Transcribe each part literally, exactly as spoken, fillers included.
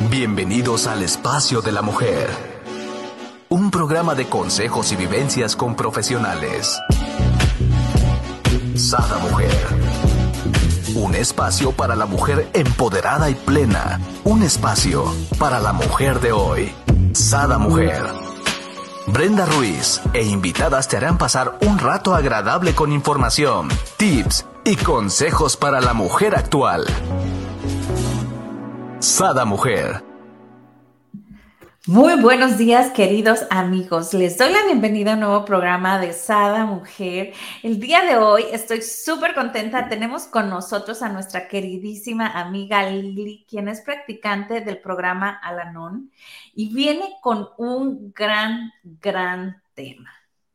Bienvenidos al Espacio de la Mujer, un programa de consejos y vivencias con profesionales. Sada Mujer, un espacio para la mujer empoderada y plena, un espacio para la mujer de hoy. Sada Mujer. Brenda Ruiz e invitadas te harán pasar un rato agradable con información, tips y consejos para la mujer actual. Sada Mujer. Muy buenos días, queridos amigos. Les doy la bienvenida a un nuevo programa de Sada Mujer. El día de hoy estoy súper contenta. Tenemos con nosotros a nuestra queridísima amiga Lili, quien es practicante del programa Al-Anon y viene con un gran, gran tema.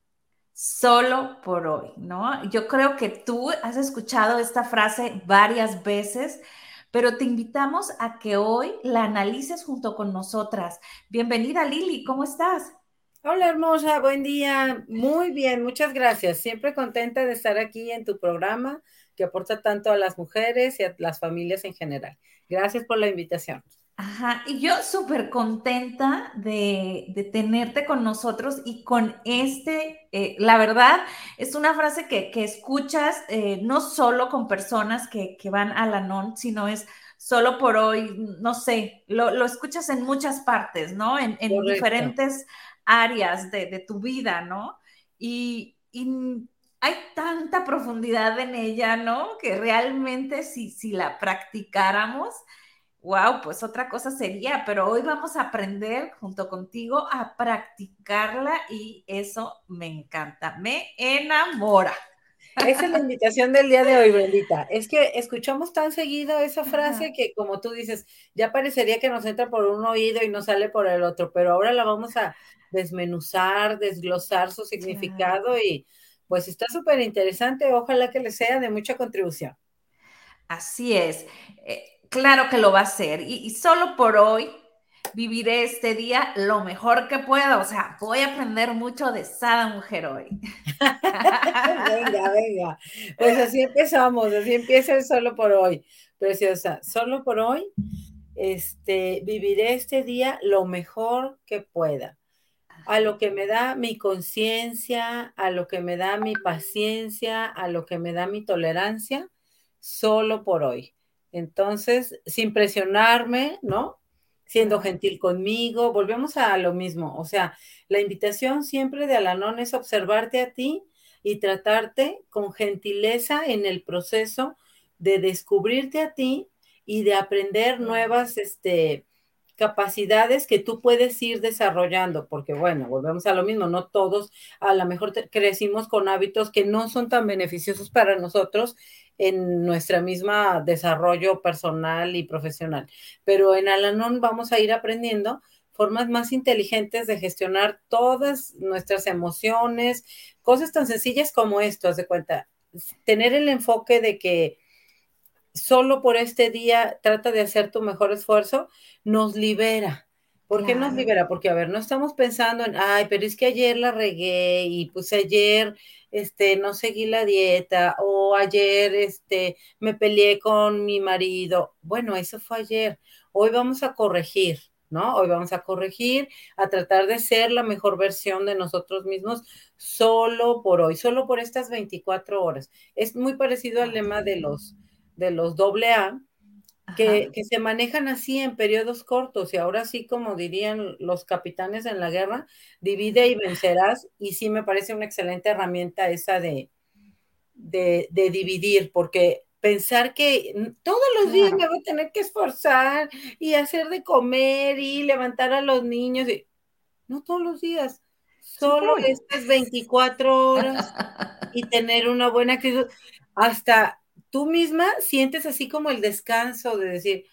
Solo por hoy, ¿no? Yo creo que tú has escuchado esta frase varias veces, pero te invitamos a que hoy la analices junto con nosotras. Bienvenida, Lili, ¿cómo estás? Hola, hermosa, buen día. Muy bien, muchas gracias. Siempre contenta de estar aquí en tu programa que aporta tanto a las mujeres y a las familias en general. Gracias por la invitación. Ajá, y yo súper contenta de, de tenerte con nosotros y con este, eh, la verdad, es una frase que, que escuchas eh, no solo con personas que, que van al Anon, sino es solo por hoy, no sé, lo, lo escuchas en muchas partes, ¿no? En, en Correcto. diferentes áreas de, de tu vida, ¿no? Y, y hay tanta profundidad en ella, ¿no? Que realmente si, si la practicáramos, wow, pues otra cosa sería, pero hoy vamos a aprender junto contigo a practicarla y eso me encanta, me enamora. Esa es la invitación del día de hoy, Brendita. Es que escuchamos tan seguido esa frase Ajá. que, como tú dices, ya parecería que nos entra por un oído y nos sale por el otro, pero ahora la vamos a desmenuzar, desglosar su Claro. significado y pues está súper interesante. Ojalá que le sea de mucha contribución. Así es. Eh, claro que lo va a hacer y, y solo por hoy viviré este día lo mejor que pueda. O sea, voy a aprender mucho de Sada Mujer hoy. Venga, venga. Pues así empezamos, así empieza el solo por hoy. Preciosa, solo por hoy, este, viviré este día lo mejor que pueda, a lo que me da mi conciencia, a lo que me da mi paciencia, a lo que me da mi tolerancia, solo por hoy. Entonces, sin presionarme, ¿no? Siendo Claro. gentil conmigo, volvemos a lo mismo. O sea, la invitación siempre de Alanón es observarte a ti y tratarte con gentileza en el proceso de descubrirte a ti y de aprender nuevas, este, capacidades que tú puedes ir desarrollando, porque bueno, volvemos a lo mismo, no todos a lo mejor te, crecimos con hábitos que no son tan beneficiosos para nosotros en nuestra misma desarrollo personal y profesional, pero en Al-Anon vamos a ir aprendiendo formas más inteligentes de gestionar todas nuestras emociones, cosas tan sencillas como esto, haz de cuenta, tener el enfoque de que solo por este día trata de hacer tu mejor esfuerzo, nos libera. ¿Por qué nos Claro. libera? Porque, a ver, no estamos pensando en, ay, pero es que ayer la regué y pues ayer, este, no seguí la dieta o ayer, este, me peleé con mi marido. Bueno, eso fue ayer. Hoy vamos a corregir, ¿no? Hoy vamos a corregir, a tratar de ser la mejor versión de nosotros mismos solo por hoy, solo por estas veinticuatro horas. Es muy parecido al lema de los de los doble A, que, Ajá. que se manejan así en periodos cortos y ahora sí, como dirían los capitanes en la guerra, divide y vencerás y sí me parece una excelente herramienta esa de, de, de dividir, porque pensar que todos los días Claro. me voy a tener que esforzar y hacer de comer y levantar a los niños, y, no todos los días, Solo solo hoy. estas veinticuatro horas y tener una buena actitud. Hasta tú misma sientes así como el descanso de decir,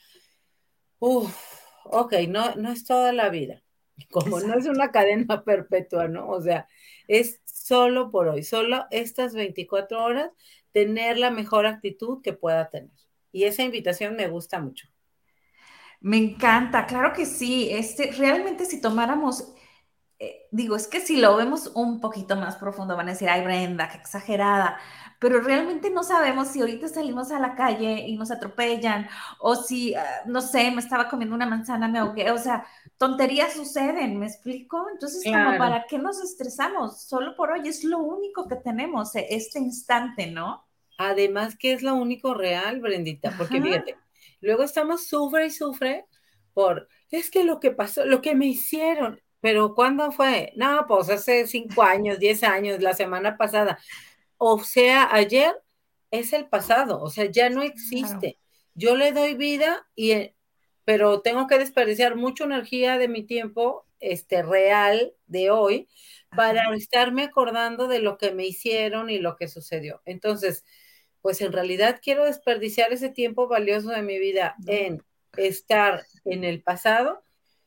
uff, ok, no, no es toda la vida. Como no es Exacto. una cadena perpetua, ¿no? O sea, es solo por hoy, solo estas veinticuatro horas, tener la mejor actitud que pueda tener. Y esa invitación me gusta mucho. Me encanta, claro que sí. Este, realmente si tomáramos digo, es que si lo vemos un poquito más profundo, van a decir, ay, Brenda, qué exagerada, pero realmente no sabemos si ahorita salimos a la calle y nos atropellan, o si, uh, no sé, me estaba comiendo una manzana, me ahogué, o sea, tonterías suceden, ¿me explico? Entonces, como Claro. para qué nos estresamos, solo por hoy es lo único que tenemos, e, este instante, ¿no? Además, que es lo único real, Brendita, porque Ajá, fíjate, luego estamos sufre y sufre por, es que lo que pasó, lo que me hicieron, pero ¿cuándo fue? No, pues hace cinco años, diez años, la semana pasada. O sea, ayer es el pasado, o sea, ya no claro. existe. Yo le doy vida y, eh, pero tengo que desperdiciar mucha energía de mi tiempo, este, real de hoy, para Ajá. estarme acordando de lo que me hicieron y lo que sucedió. Entonces, pues en realidad quiero desperdiciar ese tiempo valioso de mi vida No. en estar en el pasado,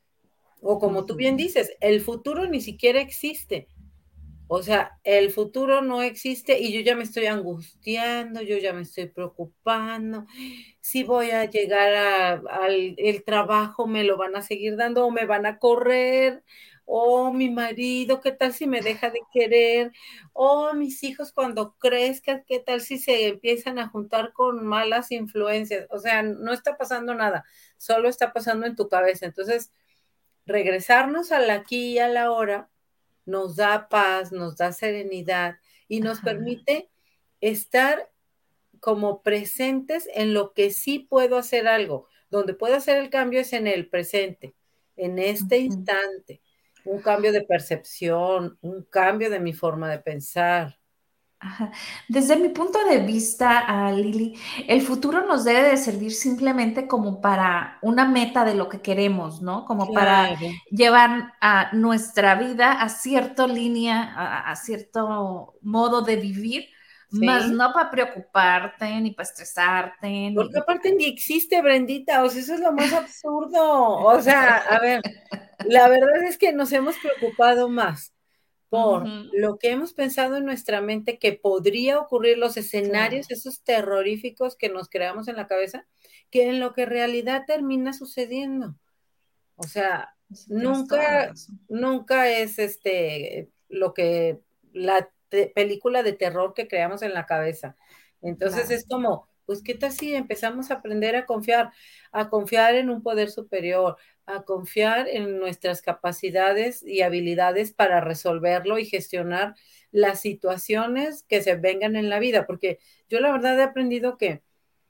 o como tú bien Ujú. dices, el futuro ni siquiera existe. O sea, el futuro no existe y yo ya me estoy angustiando, yo ya me estoy preocupando. Si voy a llegar a- al el trabajo, me lo van a seguir dando o me van a correr. O mi marido, ¿qué tal si me deja de querer? O mis hijos cuando crezcan, ¿qué tal si se empiezan a juntar con malas influencias? O sea, no está pasando nada, solo está pasando en tu cabeza. Entonces, regresarnos al aquí y a la hora nos da paz, nos da serenidad y nos Ajá. permite estar como presentes en lo que sí puedo hacer algo. Donde puedo hacer el cambio es en el presente, en este Ujú. instante. Un cambio de percepción, un cambio de mi forma de pensar. Ajá. Desde mi punto de vista, ah, Lili, el futuro nos debe de servir simplemente como para una meta de lo que queremos, ¿no? Como para Claro, llevar a nuestra vida a cierta línea, a, a cierto modo de vivir, más sí. no para preocuparte, ni para estresarte, ni, Porque ni para... aparte ni existe, Brendita, o sea, eso es lo más absurdo. O sea, a ver, la verdad es que nos hemos preocupado más por Ujú, lo que hemos pensado en nuestra mente que podría ocurrir, los claro, escenarios, esos terroríficos que nos creamos en la cabeza, que en lo que en realidad termina sucediendo. O sea, eso tienes toda la nunca, razón. nunca es este lo que la te- película de terror que creamos en la cabeza. Entonces Claro. es como, pues, ¿qué tal si empezamos a aprender a confiar, a confiar en un poder superior, a confiar en nuestras capacidades y habilidades para resolverlo y gestionar las situaciones que se vengan en la vida? Porque yo la verdad he aprendido que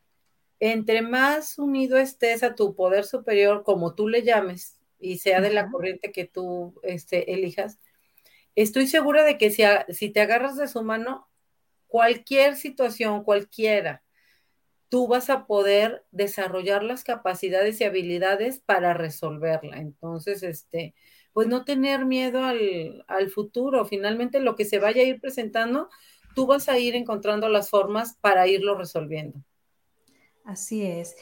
entre más unido estés a tu poder superior, como tú le llames, y sea de la Ajá. corriente que tú este, elijas, estoy segura de que si, a, si te agarras de su mano, cualquier situación, cualquiera, tú vas a poder desarrollar las capacidades y habilidades para resolverla. Entonces, este, pues no tener miedo al, al futuro. Finalmente, lo que se vaya a ir presentando, tú vas a ir encontrando las formas para irlo resolviendo. Así es.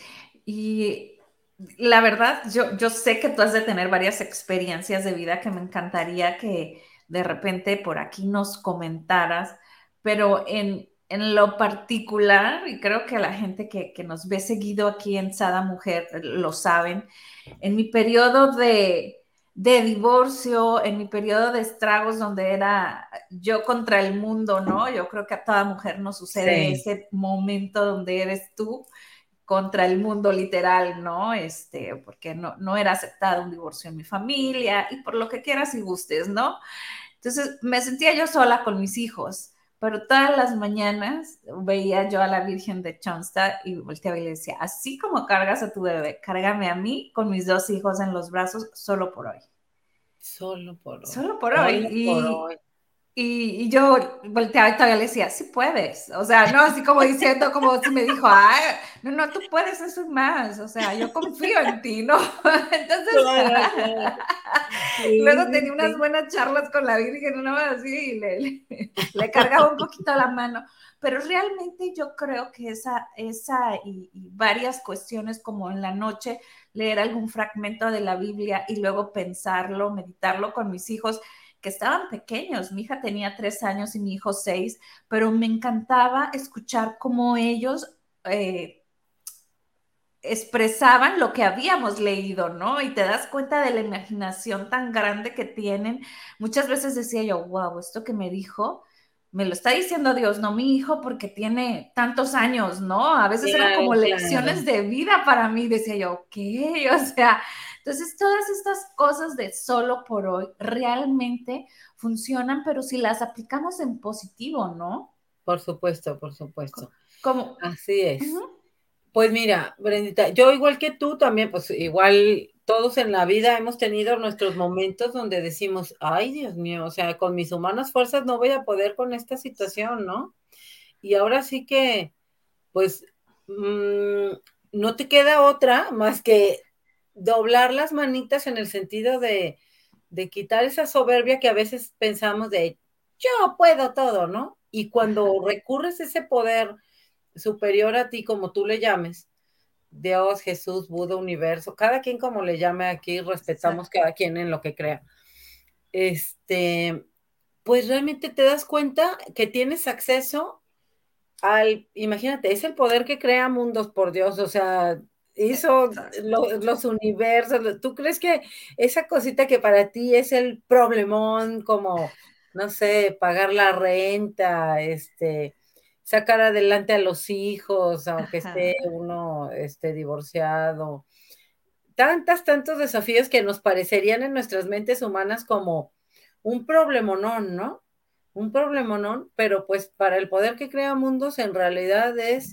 Y la verdad, yo, yo sé que tú has de tener varias experiencias de vida que me encantaría que de repente por aquí nos comentaras, pero en, en lo particular, y creo que la gente que, que nos ve seguido aquí en Sada Mujer lo saben, en mi periodo de, de divorcio, en mi periodo de estragos donde era yo contra el mundo, ¿no? Yo creo que a toda mujer nos sucede Sí. ese momento donde eres tú contra el mundo literal, ¿no? Este, porque no, no era aceptado un divorcio en mi familia y por lo que quieras y gustes, ¿no? Entonces me sentía yo sola con mis hijos, pero todas las mañanas veía yo a la Virgen de Chonsta y volteaba y le decía, así como cargas a tu bebé, cárgame a mí con mis dos hijos en los brazos solo por hoy, Solo por hoy, solo por hoy. solo por Y, hoy. y, y yo volteaba y todavía le decía, sí puedes. O sea, no así como diciendo, como si me dijo, ay, no, no, tú puedes eso y más. O sea, yo confío en ti, ¿no? Entonces, Claro, claro. Sí, luego tenía sí, unas sí. buenas charlas con la Virgen, ¿no? Así, y le, le, le cargaba un poquito la mano. Pero realmente yo creo que esa, esa y, y varias cuestiones como en la noche, leer algún fragmento de la Biblia y luego pensarlo, meditarlo con mis hijos, que estaban pequeños. Mi hija tenía tres años y mi hijo seis, pero me encantaba escuchar cómo ellos eh, expresaban lo que habíamos leído, ¿no? Y te das cuenta de la imaginación tan grande que tienen. Muchas veces decía yo, wow, esto que me dijo, me lo está diciendo Dios, no mi hijo, porque tiene tantos años, ¿no? A veces eran Claro, como claro. lecciones de vida para mí, decía yo, ¿qué? O sea, entonces todas estas cosas de solo por hoy realmente funcionan, pero si las aplicamos en positivo, ¿no? Por supuesto, por supuesto. Como, Así es. uh-huh. Pues mira, Brendita, yo igual que tú también, pues igual todos en la vida hemos tenido nuestros momentos donde decimos, ay, Dios mío, o sea, con mis humanas fuerzas no voy a poder con esta situación, ¿no? Y ahora sí que, pues, mmm, no te queda otra más que doblar las manitas en el sentido de, de quitar esa soberbia que a veces pensamos de, yo puedo todo, ¿no? Y cuando recurres a ese poder superior a ti, como tú le llames, Dios, Jesús, Buda, universo, cada quien como le llame aquí, respetamos Exacto. cada quien en lo que crea. Este, pues realmente te das cuenta que tienes acceso al, imagínate, es el poder que crea mundos, por Dios, o sea, hizo Exacto. lo, los universos. ¿Tú crees que esa cosita que para ti es el problemón, como, no sé, pagar la renta, este, sacar adelante a los hijos, aunque esté Ajá. uno este, divorciado? Tantas, tantos desafíos que nos parecerían en nuestras mentes humanas como un problemonón, ¿no? Un problemonón, pero pues para el poder que crea mundos en realidad es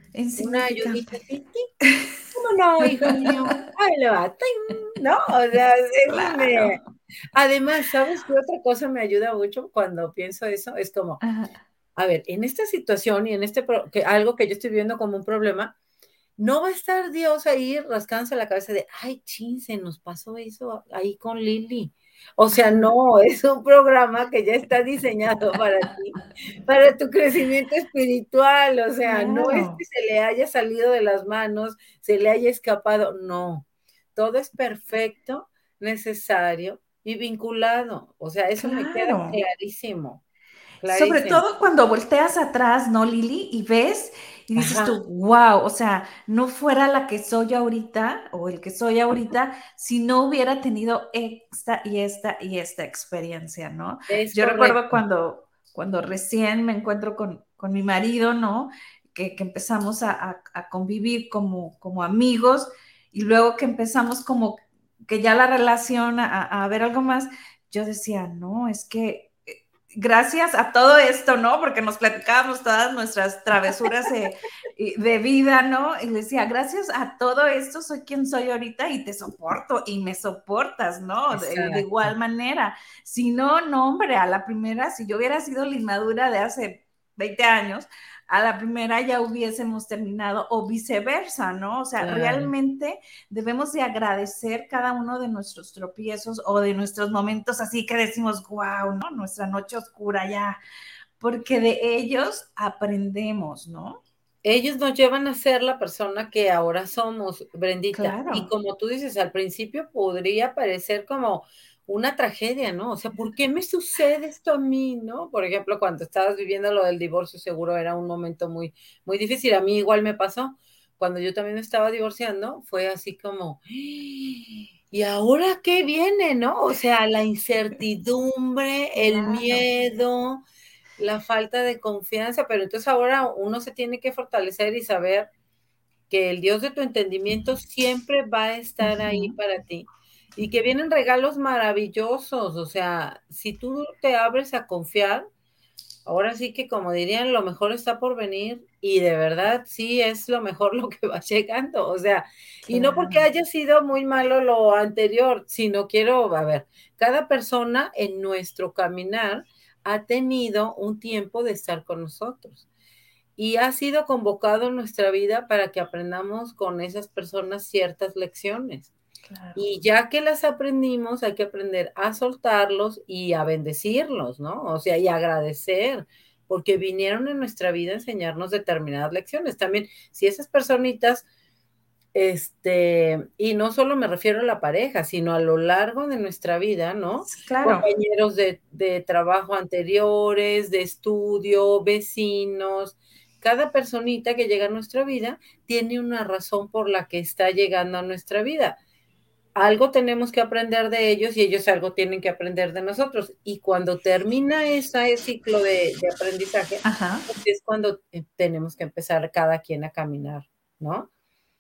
una ayudita Insignificante. así, ¡ting! ¿Cómo no, hijo mío? Ahí le va, ¡ting! ¿No? O sea, eso Claro. me... Además, ¿sabes qué otra cosa me ayuda mucho cuando pienso eso? Es como, Ajá. a ver, en esta situación y en este, pro... que algo que yo estoy viendo como un problema, no va a estar Dios ahí rascándose la cabeza de, ay, chin, se nos pasó eso ahí con Lili. O sea, no, es un programa que ya está diseñado para ti, para tu crecimiento espiritual. O sea, no es que Claro. se le haya salido de las manos, se le haya escapado, no. Todo es perfecto, necesario y vinculado. O sea, eso me queda Claro. clarísimo, Sobre clarísimo. todo cuando volteas atrás, ¿no, Lili? Y ves y dices Ajá, tú, wow, o sea, no fuera la que soy ahorita o el que soy ahorita si no hubiera tenido esta y esta y esta experiencia, ¿no? es Yo recuerdo correcto. cuando, cuando recién me encuentro con, con mi marido, ¿no? Que, que empezamos a, a, a convivir como, como amigos y luego que empezamos como que ya la relación a, a ver algo más, yo decía, no, es que gracias a todo esto, ¿no? Porque nos platicábamos todas nuestras travesuras de, de, vida, ¿no? Y le decía, gracias a todo esto soy quien soy ahorita y te soporto y me soportas, ¿no? De, de Exacto. igual manera. Si no, no, hombre, a la primera, si yo hubiera sido la inmadura de hace veinte años, a la primera ya hubiésemos terminado o viceversa, ¿no? O sea, Claro. realmente debemos de agradecer cada uno de nuestros tropiezos o de nuestros momentos así que decimos, wow, ¿no? Nuestra noche oscura ya, porque de ellos aprendemos, ¿no? Ellos nos llevan a ser la persona que ahora somos, Brendita. Y Claro. como tú dices, al principio podría parecer como una tragedia, ¿no? O sea, ¿por qué me sucede esto a mí, no? Por ejemplo, cuando estabas viviendo lo del divorcio, seguro era un momento muy, muy difícil. A mí igual me pasó. Cuando yo también me estaba divorciando, fue así como, ¿y ahora qué viene, no? O sea, la incertidumbre, el Claro. miedo, la falta de confianza, pero entonces ahora uno se tiene que fortalecer y saber que el Dios de tu entendimiento siempre va a estar ahí Uh-huh. para ti y que vienen regalos maravillosos. O sea, si tú te abres a confiar, ahora sí que como dirían, lo mejor está por venir y de verdad sí es lo mejor lo que va llegando. O sea, y no porque Claro. haya sido muy malo lo anterior, sino quiero, a ver, cada persona en nuestro caminar ha tenido un tiempo de estar con nosotros y ha sido convocado en nuestra vida para que aprendamos con esas personas ciertas lecciones. Claro. Y ya que las aprendimos, hay que aprender a soltarlos y a bendecirlos, ¿no? O sea, y agradecer, porque vinieron en nuestra vida a enseñarnos determinadas lecciones. También, si esas personitas, este, y no solo me refiero a la pareja, sino a lo largo de nuestra vida, ¿no? Claro. Compañeros de, de trabajo anteriores, de estudio, vecinos, cada personita que llega a nuestra vida tiene una razón por la que está llegando a nuestra vida. Algo tenemos que aprender de ellos y ellos algo tienen que aprender de nosotros. Y cuando termina ese ciclo de, de aprendizaje, Ajá. pues es cuando tenemos que empezar cada quien a caminar, ¿no?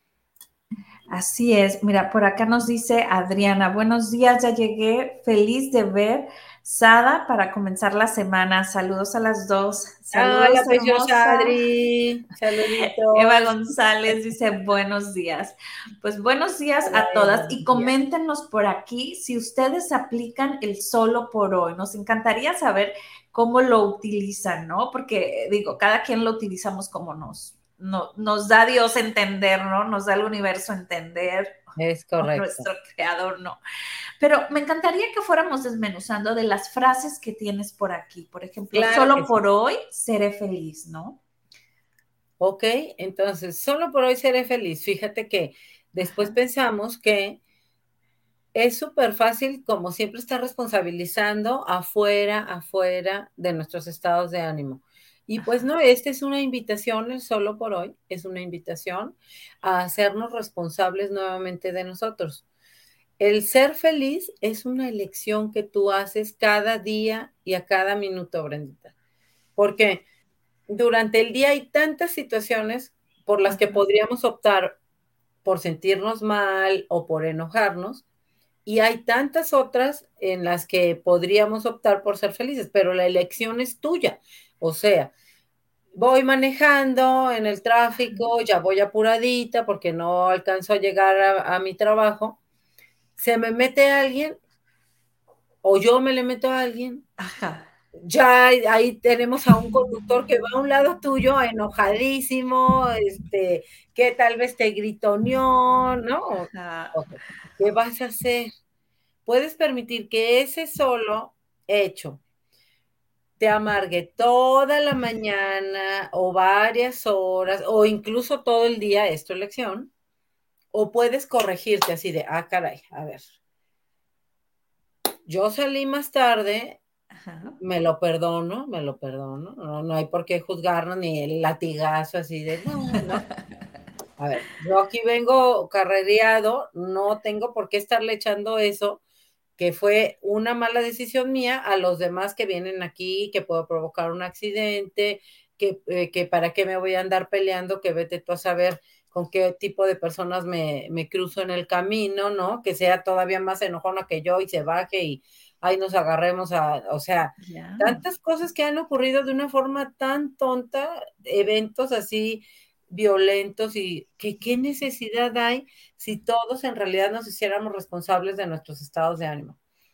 Así es. Mira, por acá nos dice Adriana, buenos días, ya llegué, feliz de ver Sada para comenzar la semana. Saludos a las dos. Ah, la Saludos, preciosa hermosa. Adri. Eva Saluditos. González dice buenos días. Pues buenos días Hola, a Eva, todas y buenos días. coméntenos por aquí si ustedes aplican el solo por hoy. Nos encantaría saber cómo lo utilizan, ¿no? Porque digo, cada quien lo utilizamos como nos, no, nos da Dios entender, ¿no? Nos da el universo entender, Es o correcto. nuestro creador, ¿no? Pero me encantaría que fuéramos desmenuzando de las frases que tienes por aquí. Por ejemplo, Claro que solo sí. por hoy seré feliz, ¿no? Ok, entonces, solo por hoy seré feliz. Fíjate que después Ajá. pensamos que es súper fácil, como siempre, estar responsabilizando afuera, afuera de nuestros estados de ánimo. Y pues Ajá. no, esta es una invitación, el solo por hoy, es una invitación a hacernos responsables nuevamente de nosotros. El ser feliz es una elección que tú haces cada día y a cada minuto, Brendita. Porque durante el día hay tantas situaciones por las que Ajá. podríamos optar por sentirnos mal o por enojarnos, y hay tantas otras en las que podríamos optar por ser felices, pero la elección es tuya. O sea, voy manejando en el tráfico, ya voy apuradita porque no alcanzo a llegar a, a mi trabajo, se me mete alguien o yo me le meto a alguien, Ajá. ya ahí tenemos a un conductor que va a un lado tuyo enojadísimo, este, que tal vez te gritoneó, ¿no? Ajá. Ok, ¿qué vas a hacer? Puedes permitir que ese solo hecho te amargue toda la mañana o varias horas o incluso todo el día, es tu elección, o puedes corregirte así de, ah, caray, a ver, yo salí más tarde, Ajá. me lo perdono, me lo perdono, no, no hay por qué juzgarnos ni el latigazo así de, no, no. A ver, yo aquí vengo carrereado, no tengo por qué estarle echando eso, que fue una mala decisión mía, a los demás que vienen aquí, que puedo provocar un accidente, que, eh, que para qué me voy a andar peleando, que vete tú a saber con qué tipo de personas me, me cruzo en el camino, ¿no? Que sea todavía más enojona que yo y se baje y ahí nos agarremos a, o sea, Ya. tantas cosas que han ocurrido de una forma tan tonta, eventos así violentos y que qué necesidad hay si todos en realidad nos hiciéramos responsables de nuestros estados de ánimo.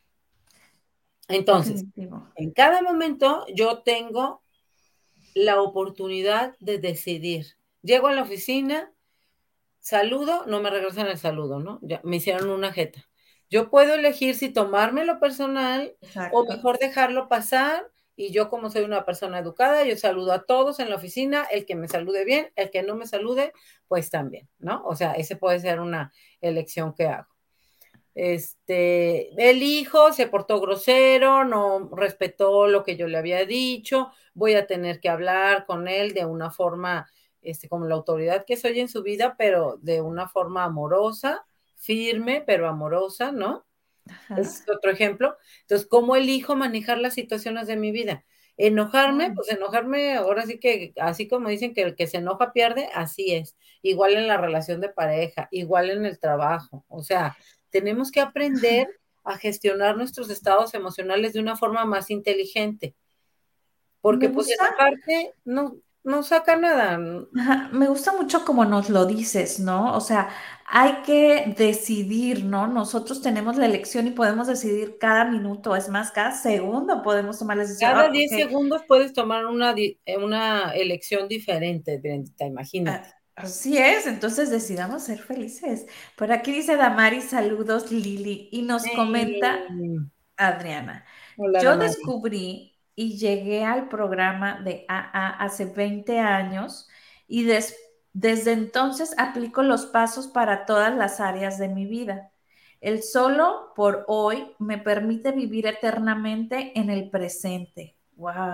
Entonces, Definitivo. en cada momento yo tengo la oportunidad de decidir. Llego a la oficina, saludo, no me regresan el saludo, ¿no? Ya me hicieron una jeta. Yo puedo elegir si tomármelo personal o Exacto. mejor dejarlo pasar. Y yo, como soy una persona educada, yo saludo a todos en la oficina, el que me salude bien, el que no me salude, pues también, ¿no? O sea, ese puede ser una elección que hago. Este, el hijo se portó grosero, no respetó lo que yo le había dicho, voy a tener que hablar con él de una forma, este, como la autoridad que soy en su vida, pero de una forma amorosa, firme, pero amorosa, ¿no? Ajá. Es otro ejemplo. Entonces, ¿cómo elijo manejar las situaciones de mi vida? Enojarme, Claro. pues enojarme, ahora sí que, así como dicen que el que se enoja pierde, así es. Igual en la relación de pareja, igual en el trabajo. O sea, tenemos que aprender a gestionar nuestros estados emocionales de una forma más inteligente, Me porque pues gusta, enojarte no, no saca nada. ajá, me gusta mucho como nos lo dices, ¿no? O sea, hay que decidir, ¿no? Nosotros tenemos la elección y podemos decidir cada minuto, es más, cada segundo podemos tomar la decisión. Cada Ah, diez ok, segundos puedes tomar una, di- eh, una elección diferente, Brendita, ah, imagínate. así es, entonces decidamos ser felices. Por aquí dice Damari, saludos Lili, y nos comenta Eh, Adriana, Hola, yo Damari. descubrí y llegué al programa de A A hace veinte años y des- desde entonces aplico los pasos para todas las áreas de mi vida. El solo por hoy me permite vivir eternamente en el presente. Wow.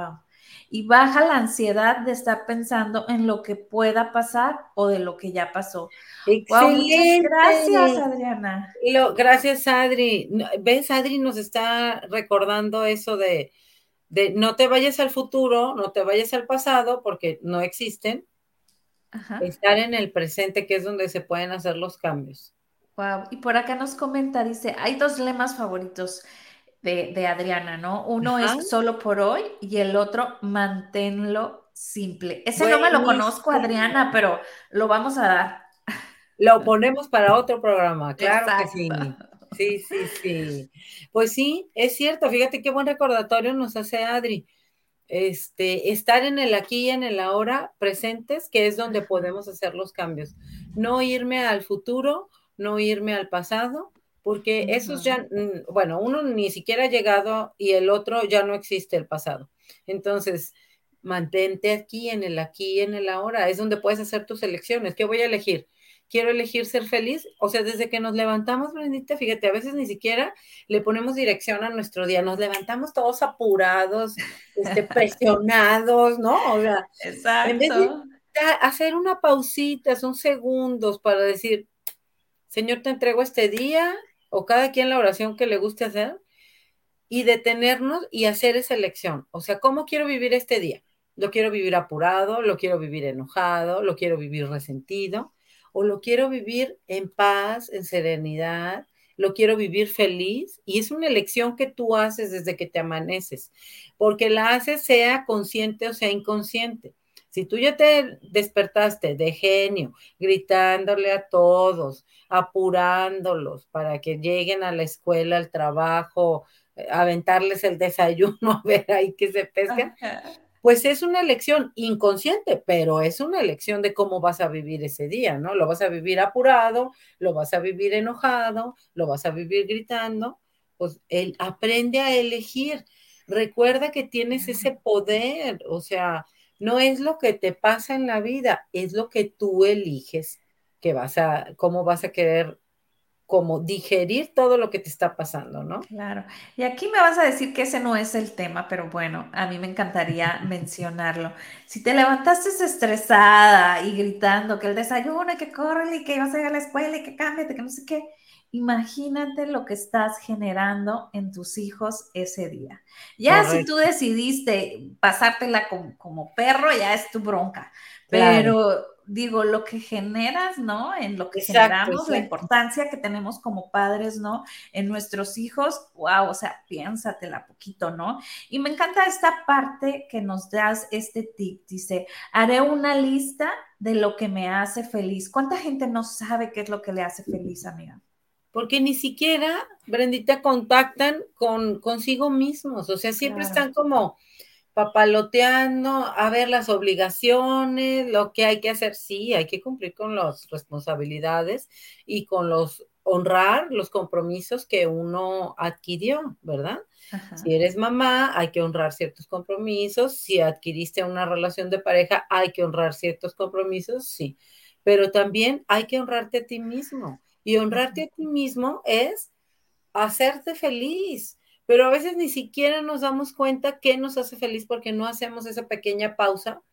y baja la ansiedad de estar pensando en lo que pueda pasar o de lo que ya pasó. Wow, muchas gracias, Excelente. Adriana. Lo, gracias, Adri. No, ¿ves? Adri nos está recordando eso de, de no te vayas al futuro, no te vayas al pasado, porque no existen. Ajá. Estar en el presente, que es donde se pueden hacer los cambios. Wow. Y por acá nos comenta, dice, hay dos lemas favoritos de, de Adriana, ¿no? Uno Ajá. es solo por hoy y el otro, manténlo simple. Ese no me lo conozco, Buenísimo. Adriana, pero lo vamos a dar. Lo ponemos para otro programa, claro que Exacto. sí. Sí, sí, sí. Pues sí, es cierto. Fíjate qué buen recordatorio nos hace Adri. Este, estar en el aquí y en el ahora presentes, que es donde podemos hacer los cambios. No irme al futuro, no irme al pasado, porque esos Ujú. ya, mm, bueno, uno ni siquiera ha llegado y el otro ya no existe el pasado. Entonces, mantente aquí en el aquí y en el ahora, es donde puedes hacer tus elecciones. ¿Qué voy a elegir? Quiero elegir ser feliz, o sea, desde que nos levantamos, Brendita, fíjate, a veces ni siquiera le ponemos dirección a nuestro día, nos levantamos todos apurados, este, presionados, ¿no? O sea, en vez de Exacto. hacer una pausita, son segundos para decir, Señor, te entrego este día, o cada quien la oración que le guste hacer, y detenernos y hacer esa elección. O sea, ¿cómo quiero vivir este día? ¿Lo quiero vivir apurado? ¿Lo quiero vivir enojado? ¿Lo quiero vivir resentido? ¿O lo quiero vivir en paz, en serenidad? ¿Lo quiero vivir feliz? Y es una elección que tú haces desde que te amaneces, porque la haces sea consciente o sea inconsciente. Si tú ya te despertaste de genio, gritándole a todos, apurándolos para que lleguen a la escuela, al trabajo, aventarles el desayuno, a ver ahí que se pescan, Ajá. pues es una elección inconsciente, pero es una elección de cómo vas a vivir ese día, ¿no? Lo vas a vivir apurado, lo vas a vivir enojado, lo vas a vivir gritando, pues él aprende a elegir. Recuerda que tienes ese poder, o sea, no es lo que te pasa en la vida, es lo que tú eliges que vas a, cómo vas a querer como digerir todo lo que te está pasando, ¿no? Claro. Y aquí me vas a decir que ese no es el tema, pero bueno, a mí me encantaría mencionarlo. Si te levantaste estresada y gritando que el desayuno y que corre y que vas a ir a la escuela y que cámbiate, que no sé qué, imagínate lo que estás generando en tus hijos ese día. Ya si tú Correcto, decidiste pasártela como, como perro, ya es tu bronca, claro, pero digo, lo que generas, ¿no? En lo que exacto, generamos, la exacto. importancia que tenemos como padres, ¿no? En nuestros hijos, wow, o sea, piénsatela poquito, ¿no? Y me encanta esta parte que nos das este tip, dice, haré una lista de lo que me hace feliz. ¿Cuánta gente no sabe qué es lo que le hace feliz, amiga? Porque ni siquiera, Brendita, contactan con consigo mismos, o sea, siempre Claro. están como papaloteando, a ver las obligaciones, lo que hay que hacer, sí, hay que cumplir con las responsabilidades y con los honrar los compromisos que uno adquirió, ¿verdad? Si Ajá. eres mamá, hay que honrar ciertos compromisos. Si adquiriste una relación de pareja, hay que honrar ciertos compromisos, sí. Pero también hay que honrarte a ti mismo. Y honrarte a ti mismo es hacerte feliz. Pero a veces ni siquiera nos damos cuenta qué nos hace feliz porque no hacemos esa pequeña pausa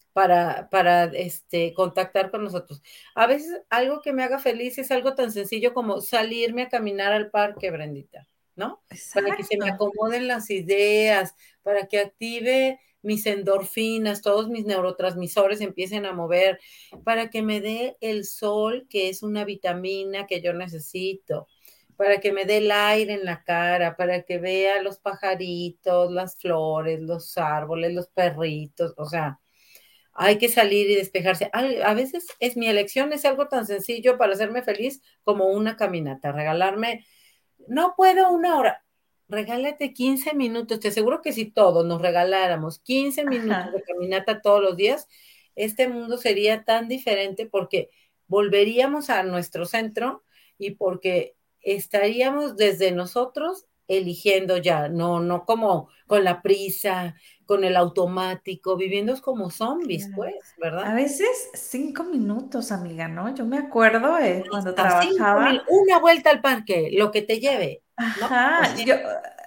para, para este, contactar con nosotros. A veces algo que me haga feliz es algo tan sencillo como salirme a caminar al parque, Brendita, ¿no? Para que se me Exacto. acomoden las ideas, para que active mis endorfinas, todos mis neurotransmisores empiecen a mover, para que me dé el sol, que es una vitamina que yo necesito, para que me dé el aire en la cara, para que vea los pajaritos, las flores, los árboles, los perritos, o sea, hay que salir y despejarse. A veces es mi elección, es algo tan sencillo para hacerme feliz como una caminata, regalarme, no puedo una hora, regálate quince minutos. Te aseguro que si todos nos regaláramos quince minutos Ajá. de caminata todos los días, este mundo sería tan diferente porque volveríamos a nuestro centro y porque estaríamos desde nosotros eligiendo ya, no, no como con la prisa, con el automático, viviendo como zombies, Claro. pues, ¿verdad? A veces cinco minutos, amiga, ¿no? Yo me acuerdo eh, cuando Hasta cinco mil, trabajaba. una vuelta al parque, lo que te lleve, ¿no? O Ajá, sea, yo,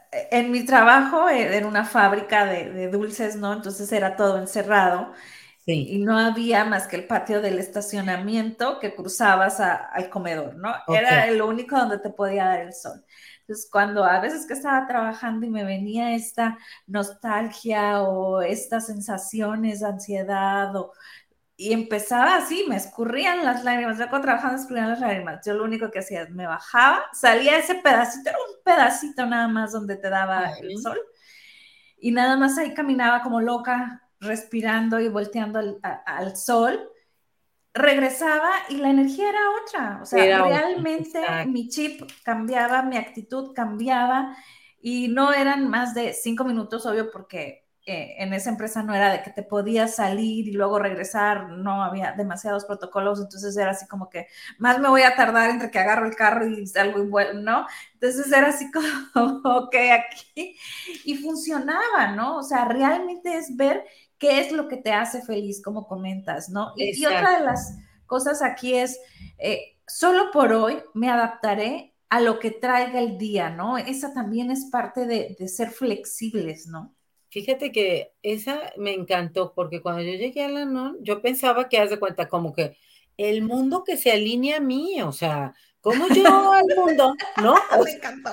en mi trabajo eh, en una fábrica de, de dulces, ¿no? Entonces era todo encerrado Sí, y no había más que el patio del estacionamiento que cruzabas a- al comedor, ¿no? ok. Era lo único donde te podía dar el sol. Entonces, cuando a veces que estaba trabajando y me venía esta nostalgia o estas sensaciones de ansiedad o y empezaba así, me escurrían las lágrimas, yo cuando trabajaba me escurrían las lágrimas, yo lo único que hacía es me bajaba, salía ese pedacito, era un pedacito nada más donde te daba el Ujú. sol, y nada más ahí caminaba como loca, respirando y volteando al, a, al sol, regresaba y la energía era otra, o sea, Era otra, realmente exacto. mi chip cambiaba, mi actitud cambiaba y no eran más de cinco minutos, obvio, porque eh, en esa empresa no era de que te podías salir y luego regresar, no había demasiados protocolos, entonces era así como que más me voy a tardar entre que agarro el carro y salgo y vuelvo, ¿no? Entonces era así como, ok, aquí, y funcionaba, ¿no? O sea, realmente es ver qué es lo que te hace feliz, como comentas, ¿no? Y, y otra de Exacto. las cosas aquí es, eh, solo por hoy me adaptaré a lo que traiga el día, ¿no? Esa también es parte de, de ser flexibles, ¿no? Fíjate que esa me encantó porque cuando yo llegué a la N O N, yo pensaba que, haz de cuenta, como que el mundo que se alinea a mí, o sea, como yo al mundo, ¿no? O Me sea, encantó.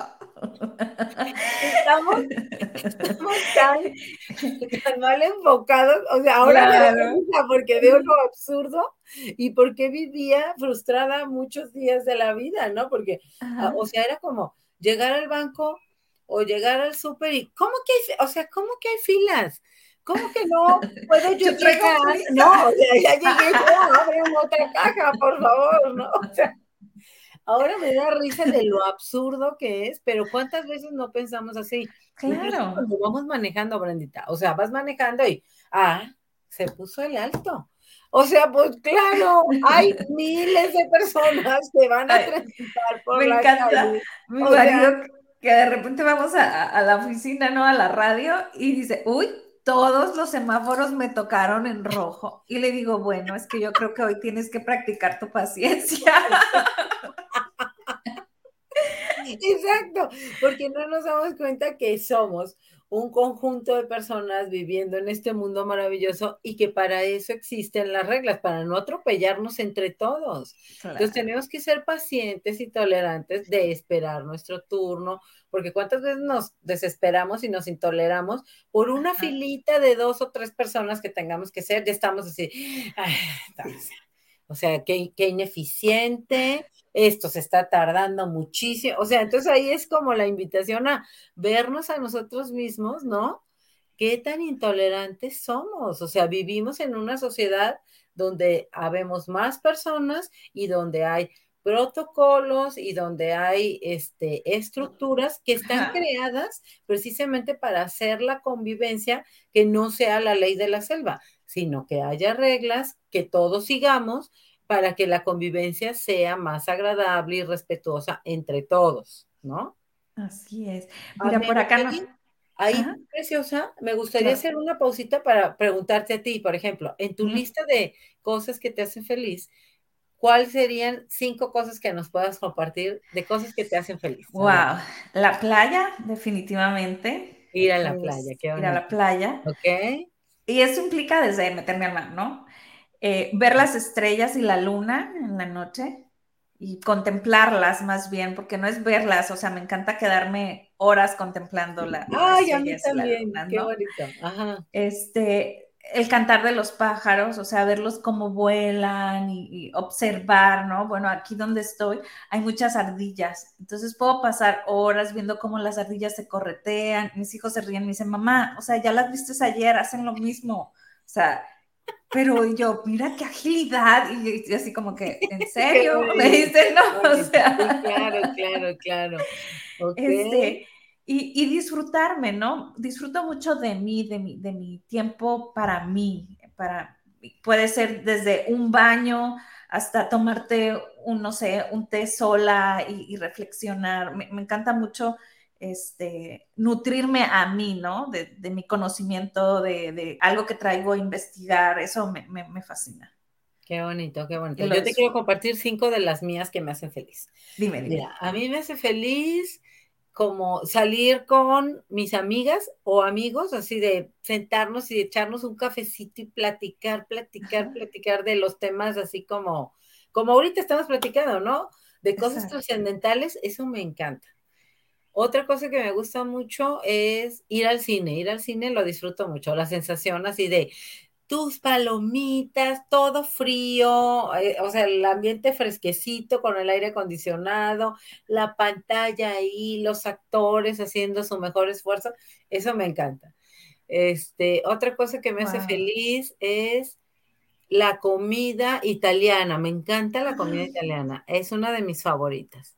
estamos, estamos tan, tan mal enfocados, o sea, ahora me da Claro. risa porque veo lo absurdo y porque vivía frustrada muchos días de la vida, ¿no? Porque, ah, Ajá. o sea, era como llegar al banco o llegar al súper y, ¿cómo que hay, fi- o sea, ¿cómo que hay filas? ¿Cómo que no puedo yo Yo traigo llegar? No, prisa. o sea, ya llegué yo, ábreme otra caja, por favor, ¿no? O sea, ahora me da risa de lo absurdo que es, pero ¿cuántas veces no pensamos así? Incluso Claro. cuando vamos manejando, Brendita, o sea, vas manejando y, ah, se puso el alto. O sea, pues claro, hay miles de personas que van a Ay, transitar por me la encanta calle. mi O sea, marido que de repente vamos a, a la oficina, ¿no? A la radio y dice, uy, todos los semáforos me tocaron en rojo. Y le digo, bueno, es que yo creo que hoy tienes que practicar tu paciencia. exacto, porque no nos damos cuenta que somos un conjunto de personas viviendo en este mundo maravilloso y que para eso existen las reglas, para no atropellarnos entre todos. Entonces Claro. tenemos que ser pacientes y tolerantes de esperar nuestro turno, porque cuántas veces nos desesperamos y nos intoleramos por una Ajá. filita de dos o tres personas que tengamos que ser, ya estamos así, ay, Sí. o sea, qué, qué ineficiente, esto se está tardando muchísimo. O sea, entonces ahí es como la invitación a vernos a nosotros mismos, ¿no? ¿Qué tan intolerantes somos? O sea, vivimos en una sociedad donde habemos más personas y donde hay protocolos y donde hay este, estructuras que están Ajá. creadas precisamente para hacer la convivencia que no sea la ley de la selva, sino que haya reglas que todos sigamos para que la convivencia sea más agradable y respetuosa entre todos, ¿no? Así es. A Mira, mí, por acá Mary, no. ahí, Ajá, preciosa, me gustaría claro. hacer una pausita para preguntarte a ti, por ejemplo, en tu Ujú. lista de cosas que te hacen feliz, ¿cuáles serían cinco cosas que nos puedas compartir de cosas que te hacen feliz? Adelante. Wow, la playa, definitivamente, Ir a la playa, es qué ir a la bonito. playa. ¿Ok? Y eso implica desde meterme al mar, ¿no? Eh, ver las estrellas y la luna en la noche y contemplarlas más bien, porque no es verlas, o sea, me encanta quedarme horas contemplando la, las Ay, a mí estrellas y la también, luna, qué ¿no? bonito. Ajá. Este, el cantar de los pájaros, o sea, verlos cómo vuelan y, y observar, ¿no? Bueno, aquí donde estoy hay muchas ardillas, entonces puedo pasar horas viendo cómo las ardillas se corretean, mis hijos se ríen, me dicen, mamá, o sea, ya las viste ayer, hacen lo mismo, o sea, pero yo, mira qué agilidad, y, y así como que, ¿en Qué serio? Me bonito, dicen, no, qué o bonito. Sí, claro, sea, claro, claro. Ok. este, y, y disfrutarme, ¿no? Disfruto mucho de mí, de mi, de mi tiempo para mí, para, puede ser desde un baño hasta tomarte un, no sé, un té sola y, y reflexionar. Me, me, encanta mucho este, nutrirme a mí, ¿no? De, de mi conocimiento, de, de, algo que traigo a investigar, eso me, me, me fascina. Qué bonito, qué Y bonito. lo Yo te quiero disfruto. compartir cinco de las mías que me hacen feliz. Dime, Mira, dime. a mí me hace feliz como salir con mis amigas o amigos, así de sentarnos y echarnos un cafecito y platicar, platicar, Ajá, platicar de los temas así como, como ahorita estamos platicando, ¿no? De cosas exacto. trascendentales, eso me encanta. Otra cosa que me gusta mucho es ir al cine. Ir al cine lo disfruto mucho, la sensación así de tus palomitas, todo frío, eh, o sea, el ambiente fresquecito con el aire acondicionado, la pantalla ahí, los actores haciendo su mejor esfuerzo, eso me encanta. Este, otra cosa que me hace Wow. feliz es la comida italiana. Me encanta la comida italiana, es una de mis favoritas.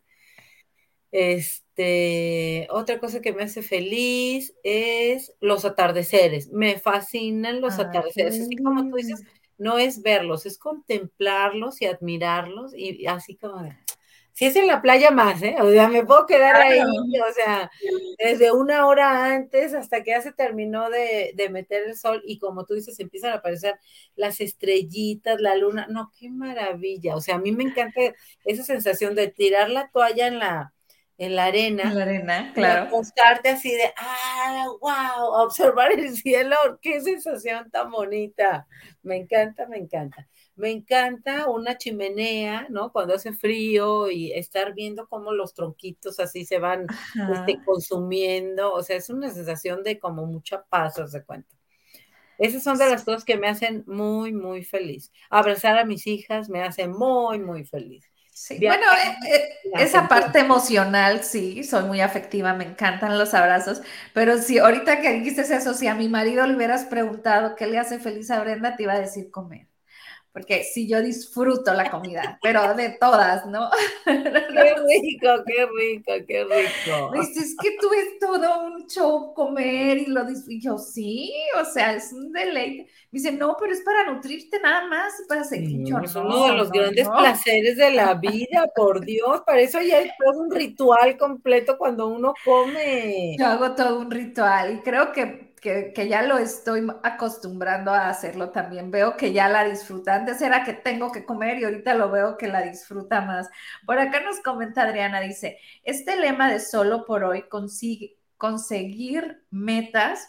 Este, otra cosa que me hace feliz es los atardeceres. Me fascinan los Ay, qué atardeceres. Así como tú dices, lindo. no es verlos, es contemplarlos y admirarlos y así como de, si es en la playa más, ¿eh? O sea, me puedo quedar ahí, Claro. o sea, desde una hora antes hasta que ya se terminó de, de meter el sol y como tú dices, empiezan a aparecer las estrellitas, la luna. No, qué maravilla. O sea, a mí me encanta esa sensación de tirar la toalla en la en la En arena la arena, y claro. acostarte así de, ah, wow, a observar el cielo, qué sensación tan bonita. Me encanta, me encanta. Me encanta una chimenea, ¿no? Cuando hace frío y estar viendo cómo los tronquitos así se van este, Ajá. consumiendo. O sea, es una sensación de como mucha paz, os de cuenta. Esas son de Sí, las cosas que me hacen muy, muy feliz. Abrazar a mis hijas me hace muy, muy feliz. sí. Bueno, Viajar eh, eh, me hace esa muy parte feliz. emocional, sí, soy muy afectiva, me encantan los abrazos, pero si ahorita que dices eso, si a mi marido le hubieras preguntado qué le hace feliz a Brenda, te iba a decir comer. Porque sí, yo disfruto la comida, pero de todas, ¿no? Qué rico, qué rico, qué rico. Me dice, es que tú es todo un show comer y lo disfruto. Y yo, sí, o sea, es un deleite. Me dice, no, pero es para nutrirte nada más y para seguir. Yo, No, es uno de no, los no, grandes no. placeres de la vida, por Dios, para eso ya es todo un ritual completo cuando uno come. Yo hago todo un ritual y creo que, que, que ya lo estoy acostumbrando a hacerlo también. Veo que ya la disfruta. Antes era que tengo que comer y ahorita lo veo que la disfruta más. Por acá nos comenta Adriana, dice, este lema de solo por hoy consigue, conseguir metas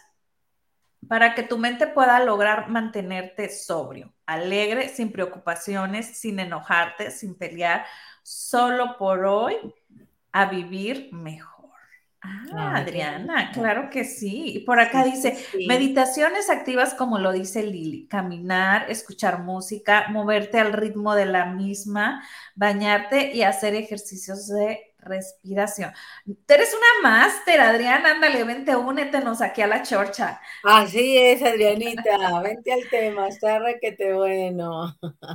para que tu mente pueda lograr mantenerte sobrio, alegre, sin preocupaciones, sin enojarte, sin pelear, solo por hoy a vivir mejor. Ah, Ay, qué Adriana, rico. claro que sí. Y por acá Sí, sí, dice, sí. meditaciones activas como lo dice Lili, caminar, escuchar música, moverte al ritmo de la misma, bañarte y hacer ejercicios de respiración. Tú eres una máster, Adriana, ándale, vente, únetenos aquí a la chorcha. Así es, Adrianita, vente al tema, está requete bueno.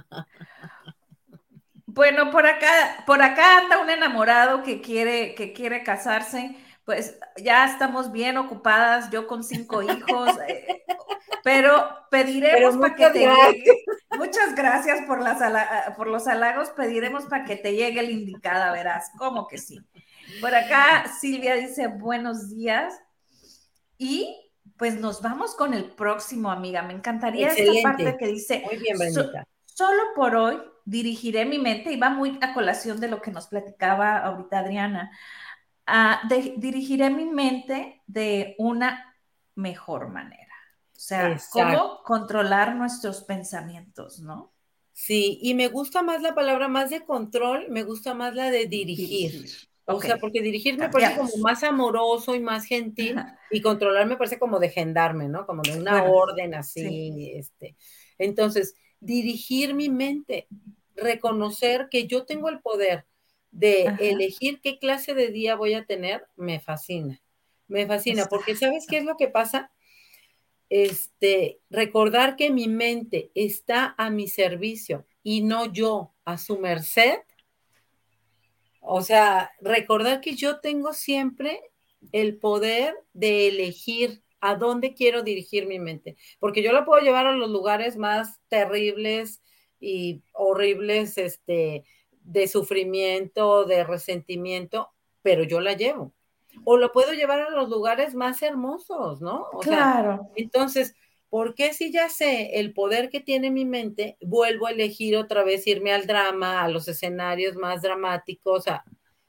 Bueno, por acá, por acá anda un enamorado que quiere, que quiere casarse. Pues ya estamos bien ocupadas, yo con cinco hijos, eh, pero Pero pediremos para que muchas te gracias. llegue. Muchas gracias por, las, por los halagos, pediremos para que te llegue el indicada, verás, como que sí. Por acá Silvia dice buenos días y pues nos vamos con el próximo, amiga. Me encantaría esta parte Excelente. que dice, Muy bien, so, Brendita. solo por hoy dirigiré mi mente, y va muy a colación de lo que nos platicaba ahorita Adriana, uh, de, dirigiré mi mente de una mejor manera. O sea, Exacto. cómo controlar nuestros pensamientos, ¿no? Sí, y me gusta más la palabra más de control, me gusta más la de dirigir. Dirigir. O Ok, sea, porque dirigir me parece como cambiamos. más amoroso y más gentil, Ajá. y controlar me parece como de gendarme, ¿no? Como de una Bueno, orden sí. así, este. Entonces, dirigir mi mente, reconocer que yo tengo el poder de Ajá. elegir qué clase de día voy a tener, me fascina. Me fascina, porque ¿sabes qué Exacto. es lo que pasa? Este, recordar que mi mente está a mi servicio y no yo a su merced. O sea, recordar que yo tengo siempre el poder de elegir a dónde quiero dirigir mi mente, porque yo la puedo llevar a los lugares más terribles y horribles, este, de sufrimiento, de resentimiento, pero yo la llevo. O lo puedo llevar a los lugares más hermosos, ¿no? O sea, Claro. entonces, ¿por qué si ya sé el poder que tiene mi mente, vuelvo a elegir otra vez irme al drama, a los escenarios más dramáticos? A,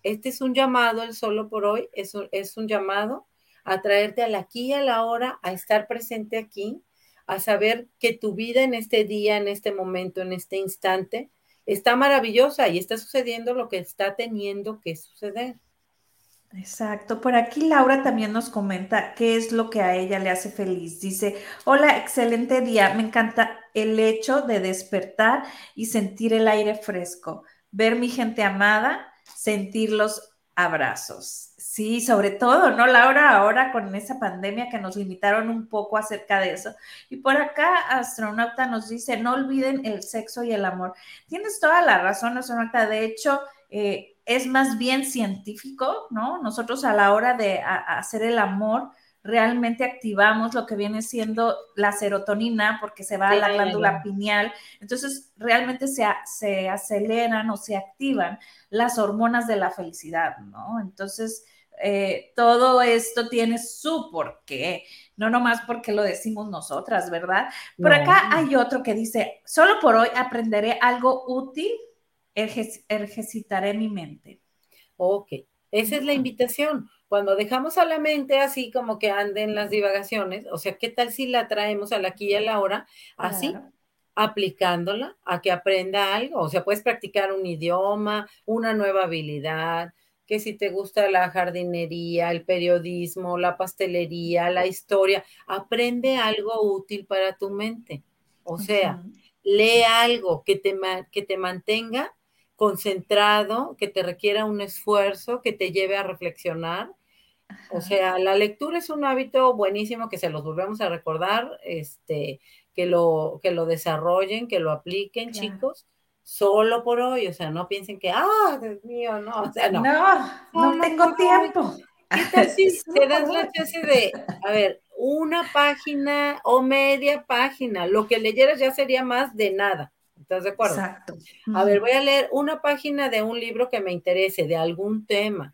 este es un llamado, el solo por hoy es un, es un llamado a traerte al aquí y a la hora, a estar presente aquí, a saber que tu vida en este día, en este momento, en este instante, está maravillosa y está sucediendo lo que está teniendo que suceder. Exacto. Por aquí Laura también nos comenta qué es lo que a ella le hace feliz. Dice, hola, excelente día. Me encanta el hecho de despertar y sentir el aire fresco, ver mi gente amada, sentir los abrazos. Sí, sobre todo, ¿no, Laura? Ahora con esa pandemia que nos limitaron un poco acerca de eso. Y por acá, Astronauta nos dice, no olviden el sexo y el amor. Tienes toda la razón, Astronauta. De hecho, eh, es más bien científico, ¿no? Nosotros a la hora de a, a hacer el amor, realmente activamos lo que viene siendo la serotonina porque se va a la glándula pineal, entonces realmente se, se aceleran o se activan las hormonas de la felicidad, ¿no? Entonces, eh, todo esto tiene su porqué, no nomás porque lo decimos nosotras, ¿verdad? Por No. acá hay otro que dice, solo por hoy aprenderé algo útil, ejercitaré mi mente. Ok, esa es la invitación. Cuando dejamos a la mente así como que ande en las divagaciones, o sea, ¿qué tal si la traemos a la aquí y a la hora? Así, Claro. aplicándola a que aprenda algo. O sea, puedes practicar un idioma, una nueva habilidad, que si te gusta la jardinería, el periodismo, la pastelería, la historia, aprende algo útil para tu mente. O sea, Uh-huh. lee algo que te, que te mantenga concentrado, que te requiera un esfuerzo, que te lleve a reflexionar. O sea, la lectura es un hábito buenísimo que se los volvemos a recordar, este, que lo, que lo desarrollen, que lo apliquen, Claro. chicos, solo por hoy. O sea, no piensen que, ah, Dios mío, no, o sea, no. No, no Solo por tengo hoy. tiempo. ¿Qué tal si te Solo por das la hoy. chance de, a ver, una página o media página? Lo que leyeras ya sería más de nada. ¿Estás de acuerdo? Exacto. A ver, voy Uh-huh. a leer una página de un libro que me interese, de algún tema,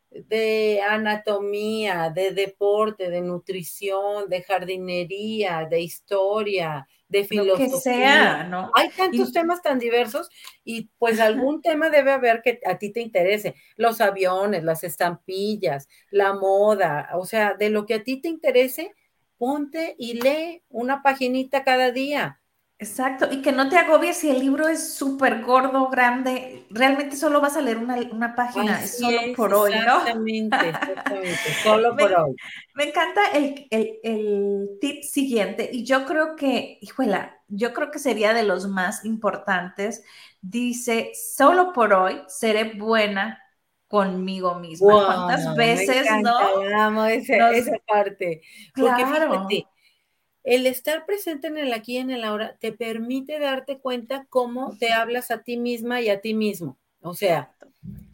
de anatomía, de deporte, de nutrición, de jardinería, de historia, de Lo que filosofía. sea, ¿no? Hay tantos Y, temas tan diversos y pues algún tema debe haber que a ti te interese. Los aviones, las estampillas, la moda, o sea, de lo que a ti te interese, ponte y lee una paginita cada día. exacto, y que no te agobies si el libro es súper gordo, grande, realmente solo vas a leer una, una página, es Así solo es, por hoy, ¿no? exactamente, exactamente, solo por me, hoy. me encanta el, el, el tip siguiente, y yo creo que, híjola, yo creo que sería de los más importantes. Dice, solo por hoy seré buena conmigo misma. ¿Cuántas Wow, me veces, no? encanta, amo ese, Nos, esa parte, porque claro, fíjate, el estar presente en el aquí y en el ahora te permite darte cuenta cómo te hablas a ti misma y a ti mismo. O sea, exacto.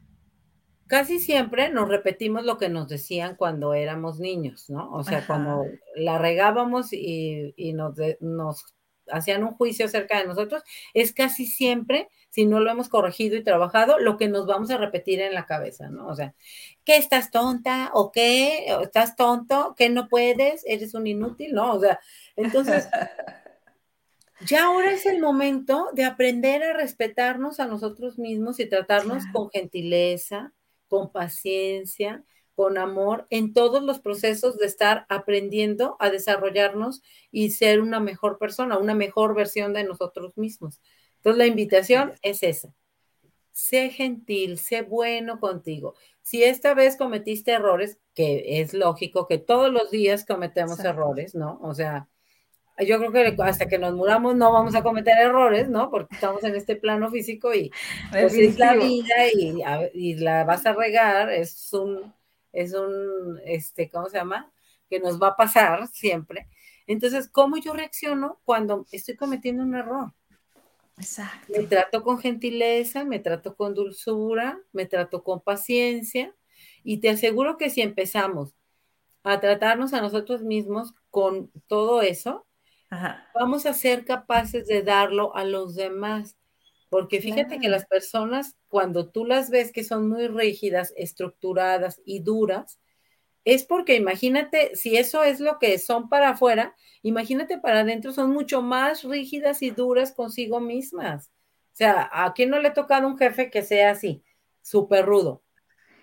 casi siempre nos repetimos lo que nos decían cuando éramos niños, ¿no? O sea, Ajá. cuando la regábamos y, y nos, de, nos hacían un juicio acerca de nosotros, es casi siempre, si no lo hemos corregido y trabajado, lo que nos vamos a repetir en la cabeza, ¿no? O sea, ¿qué estás tonta? ¿O qué? ¿O estás tonto? ¿Qué no puedes? ¿Eres un inútil? ¿No? O sea, entonces, ya ahora es el momento de aprender a respetarnos a nosotros mismos y tratarnos Claro. con gentileza, con paciencia, con amor en todos los procesos de estar aprendiendo a desarrollarnos y ser una mejor persona, una mejor versión de nosotros mismos. Entonces, la Así invitación es. es esa. Sé gentil, sé bueno contigo. Si esta vez cometiste errores, que es lógico que todos los días cometemos Exacto. errores, ¿no? O sea, yo creo que hasta que nos muramos no vamos a cometer errores, ¿no? Porque estamos en este plano físico y pues es la Definitivo. vida y, y la vas a regar, es un, es un, este, ¿cómo se llama? Que nos va a pasar siempre. Entonces, ¿cómo yo reacciono cuando estoy cometiendo un error? Exacto. Me trato con gentileza, me trato con dulzura, me trato con paciencia y te aseguro que si empezamos a tratarnos a nosotros mismos con todo eso, Ajá. vamos a ser capaces de darlo a los demás. Porque fíjate que Claro. las personas, cuando tú las ves que son muy rígidas, estructuradas y duras, es porque imagínate, si eso es lo que son para afuera, imagínate para adentro, son mucho más rígidas y duras consigo mismas. O sea, ¿a quién no le ha tocado un jefe que sea así, súper rudo?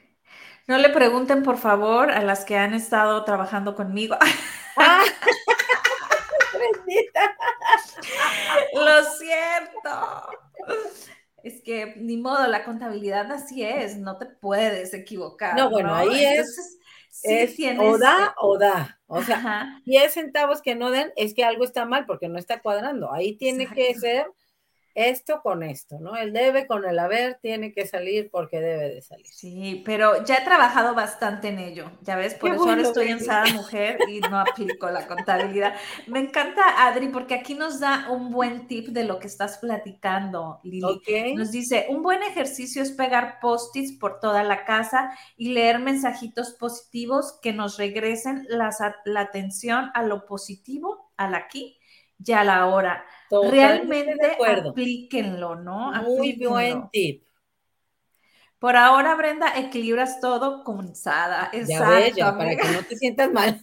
No le pregunten, por favor, a las que han estado trabajando conmigo. ¡Ah! Brendita. Lo siento. Es que ni modo, la contabilidad así es, no te puedes No, equivocar, bueno, ¿no? ahí es, Entonces, sí es o tienes, da eh, o da. O sea, ajá, diez centavos que no den es que algo está mal porque no está cuadrando. Ahí tiene que exacto. ser esto con esto, ¿no? El debe con el haber tiene que salir porque debe de salir. Sí, pero ya he trabajado bastante en ello, ya ves, Qué por eso ahora bueno, estoy en Brenda. Sada Mujer y no aplico la contabilidad. Me encanta, Adri, porque aquí nos da un buen tip de lo que estás platicando, Lili. Ok, Nos dice, un buen ejercicio es pegar post-its por toda la casa y leer mensajitos positivos que nos regresen las, la atención a lo positivo, al aquí y a la ahora. totalmente de Realmente acuerdo. aplíquenlo, ¿no? Muy buen Aplíquenlo. tip. Por ahora, Brenda, equilibras todo con Sada. Ya ves, Exacto, ya, para amiga. que no te sientas mal.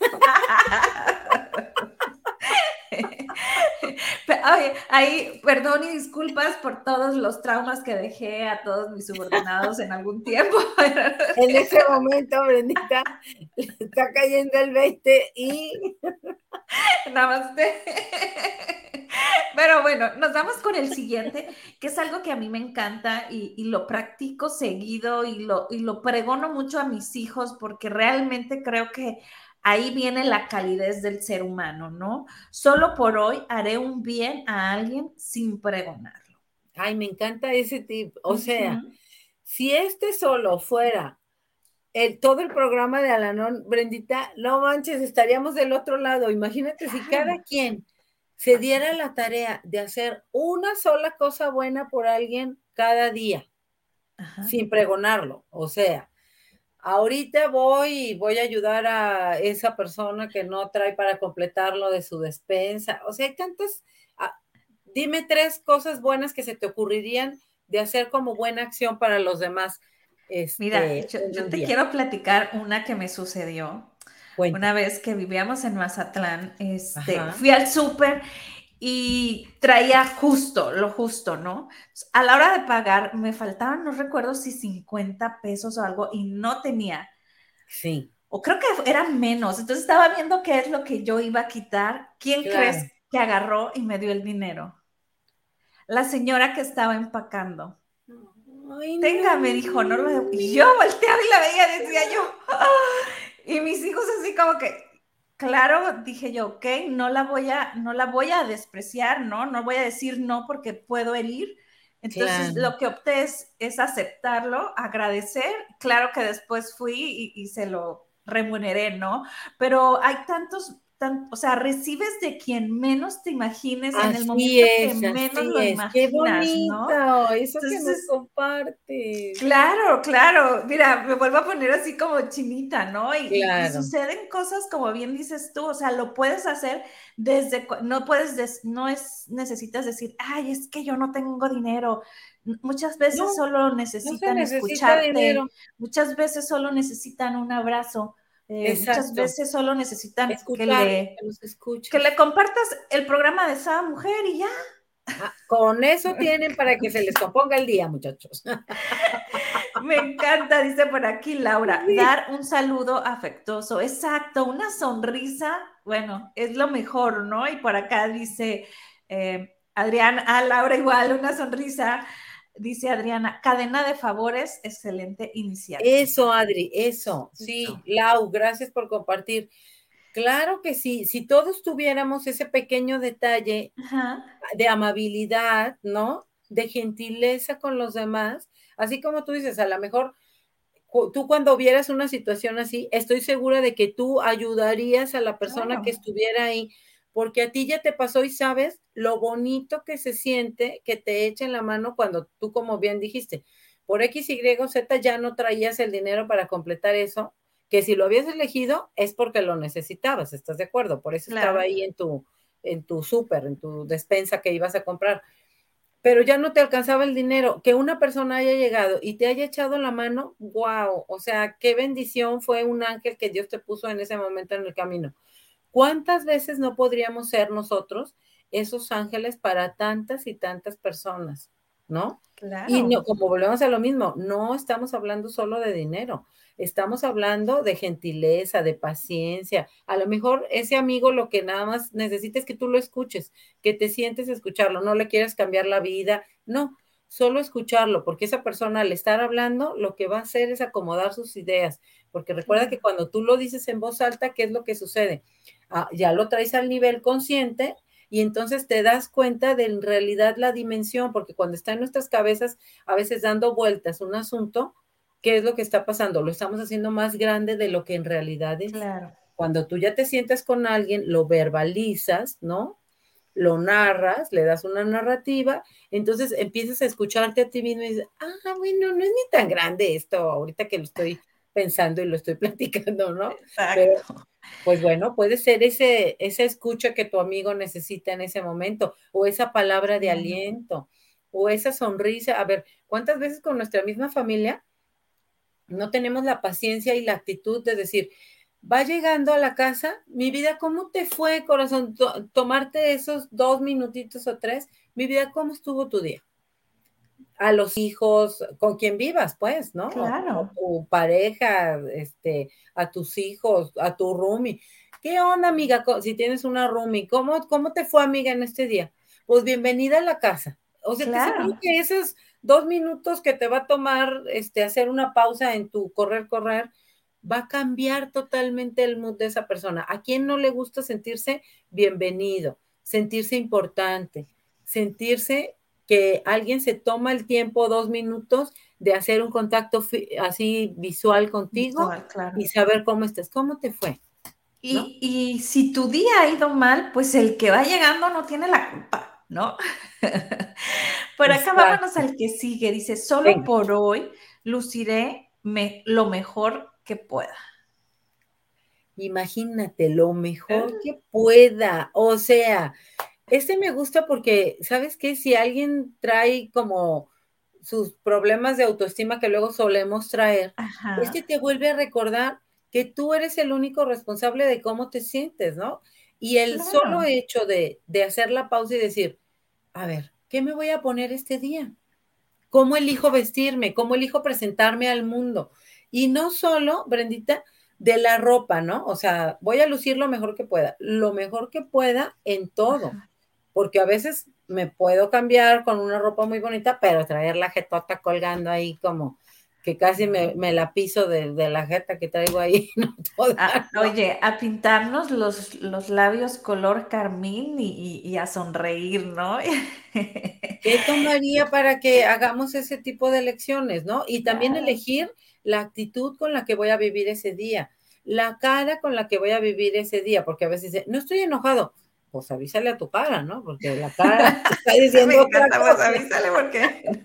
Oye, ahí, perdón y disculpas por todos los traumas que dejé a todos mis subordinados en algún tiempo. En ese momento, Brendita, le está cayendo el veinte y Namaste. Pero bueno, nos vamos con el siguiente, que es algo que a mí me encanta y, y lo practico seguido y lo, y lo pregono mucho a mis hijos porque realmente creo que ahí viene la calidez del ser humano, ¿no? Solo por hoy haré un bien a alguien sin pregonarlo. ay, me encanta ese tip. O sea, Ujú. si este solo fuera el, todo el programa de Alanón, Brendita, no manches, estaríamos del otro lado. Imagínate si Claro. cada quien se diera la tarea de hacer una sola cosa buena por alguien cada día, Ajá. sin pregonarlo. O sea, ahorita voy y voy a ayudar a esa persona que no trae para completar lo de su despensa. O sea, hay tantas. ah, Dime tres cosas buenas que se te ocurrirían de hacer como buena acción para los demás, Mira, este, yo, en yo un te día. quiero platicar una que me sucedió. Cuenta. Una vez que vivíamos en Mazatlán, este, Ajá. fui al súper y traía justo, lo justo, ¿no? A la hora de pagar me faltaban, no recuerdo si cincuenta pesos o algo y no tenía, Sí, o creo que eran menos. Entonces estaba viendo qué es lo que yo iba a quitar. ¿Quién crees claro. que agarró y me dio el dinero? La señora que estaba empacando. Ay, Tenga, me no. dijo, no lo debo. Y yo volteaba y la veía, decía yo. ¡Ah! Y mis hijos así como que, claro, dije yo, ok, no la voy a, no la voy a despreciar, ¿no? No voy a decir no porque puedo herir. Entonces, Claro. lo que opté es, es aceptarlo, agradecer. Claro que después fui y, y se lo remuneré, ¿no? Pero hay tantos, tan, o sea, recibes de quien menos te imagines en el Así momento que es, menos así lo es. Qué imaginas, ¿no? bonito eso que nos Entonces, compartes. claro, claro. Mira, me vuelvo a poner así como chinita, ¿no? Y, y- y Claro. suceden cosas como bien dices tú, o sea, lo puedes hacer desde, cu- no puedes, des- no es, necesitas decir, ay, es que yo no tengo dinero. N- Muchas veces No, solo no se necesitan necesita escucharte, dinero. muchas veces solo necesitan un abrazo, eh, muchas Exacto. veces solo necesitan que Escuchar, le, que los que le escuches. compartas el programa de esa mujer y ya. Ah, con eso tienen para que se les componga el día, muchachos. Me encanta, dice por aquí Laura, Sí. dar un saludo afectuoso. Exacto, una sonrisa, bueno, es lo mejor, ¿no? Y por acá dice eh, Adriana, ah, Laura igual, una sonrisa. Dice Adriana, cadena de favores, excelente Eso, iniciativa. Adri, eso. Sí, Eso. Lau, gracias por compartir. Claro que sí, si todos tuviéramos ese pequeño detalle Ajá. de amabilidad, ¿no? De gentileza con los demás, así como tú dices, a lo mejor cu- tú cuando vieras una situación así, estoy segura de que tú ayudarías a la persona que Claro, estuviera ahí, porque a ti ya te pasó y sabes lo bonito que se siente que te echen la mano cuando tú, como bien dijiste, por X, Y o Z ya no traías el dinero para completar eso, que si lo habías elegido es porque lo necesitabas, ¿estás de acuerdo? Por eso estaba claro. ahí en tu, en tu súper, en tu despensa que ibas a comprar, pero ya no te alcanzaba el dinero. Que una persona haya llegado y te haya echado la mano, wow, o sea, qué bendición, fue un ángel que Dios te puso en ese momento en el camino. ¿Cuántas veces no podríamos ser nosotros esos ángeles para tantas y tantas personas, ¿no? Y no, Claro. como volvemos a lo mismo, no estamos hablando solo de dinero, Estamos hablando de gentileza, de paciencia. A lo mejor ese amigo lo que nada más necesita es que tú lo escuches, que te sientes a escucharlo, no le quieres cambiar la vida, no, solo escucharlo, porque esa persona al estar hablando lo que va a hacer es acomodar sus ideas, porque recuerda que cuando tú lo dices en voz alta, ¿qué es lo que sucede? Ah, ya lo traes al nivel consciente y entonces te das cuenta de en realidad la dimensión, porque cuando está en nuestras cabezas, a veces dando vueltas un asunto, ¿qué es lo que está pasando? Lo estamos haciendo más grande de lo que en realidad es. Claro. Cuando tú ya te sientes con alguien, lo verbalizas, ¿no? Lo narras, le das una narrativa, entonces empiezas a escucharte a ti mismo y dices, ah, bueno, no es ni tan grande esto, ahorita que lo estoy pensando y lo estoy platicando, ¿no? Pero, Exacto. pues bueno, puede ser ese, esa escucha que tu amigo necesita en ese momento, o esa palabra de Claro. aliento, o esa sonrisa. A ver, ¿cuántas veces con nuestra misma familia no tenemos la paciencia y la actitud de decir, va llegando a la casa, mi vida, ¿cómo te fue, corazón? To- tomarte esos dos minutitos o tres, mi vida, ¿cómo estuvo tu día? A los hijos, con quien vivas, pues, ¿no? O, o Claro. tu pareja, este, a tus hijos, a tu roomie. ¿Qué onda, amiga? Co- Si tienes una roomie, ¿cómo, cómo te fue, amiga, en este día? Pues bienvenida a la casa. O sea, te seguro Claro. que esos dos minutos que te va a tomar, este, hacer una pausa en tu correr, correr, va a cambiar totalmente el mood de esa persona. ¿A quién no le gusta sentirse bienvenido, sentirse importante, sentirse que alguien se toma el tiempo, dos minutos, de hacer un contacto así visual contigo Visual, claro. y saber cómo estás, cómo te fue, ¿no? Y, y si tu día ha ido mal, pues el que va llegando no tiene la culpa, ¿no? Por acá vámonos Exacto. al que sigue. Dice, solo Venga, por hoy luciré me- lo mejor que pueda. imagínate lo mejor ¿Eh? que pueda. O sea, este me gusta porque, ¿sabes qué? Si alguien trae como sus problemas de autoestima que luego solemos traer, este Ajá, te vuelve a recordar que tú eres el único responsable de cómo te sientes, ¿no? Y el solo claro. hecho de, de hacer la pausa y decir, a ver, ¿qué me voy a poner este día? ¿Cómo elijo vestirme? ¿Cómo elijo presentarme al mundo? Y no solo, Brendita, de la ropa, ¿no? O sea, voy a lucir lo mejor que pueda, lo mejor que pueda en todo, Ajá. porque a veces me puedo cambiar con una ropa muy bonita, pero traer la jetota colgando ahí como que casi me, me la piso de, de, la jeta que traigo ahí, no toda, Ah, ¿no? oye, a pintarnos los, los labios color carmín y, y- y a sonreír, ¿no? ¿Qué tomaría para que hagamos ese tipo de elecciones, no? Y también Claro. elegir la actitud con la que voy a vivir ese día, la cara con la que voy a vivir ese día, porque a veces dice, no estoy enojado, pues avísale a tu cara, ¿no? Porque la cara te está Me diciendo otra encanta, pues cosa. avísale porque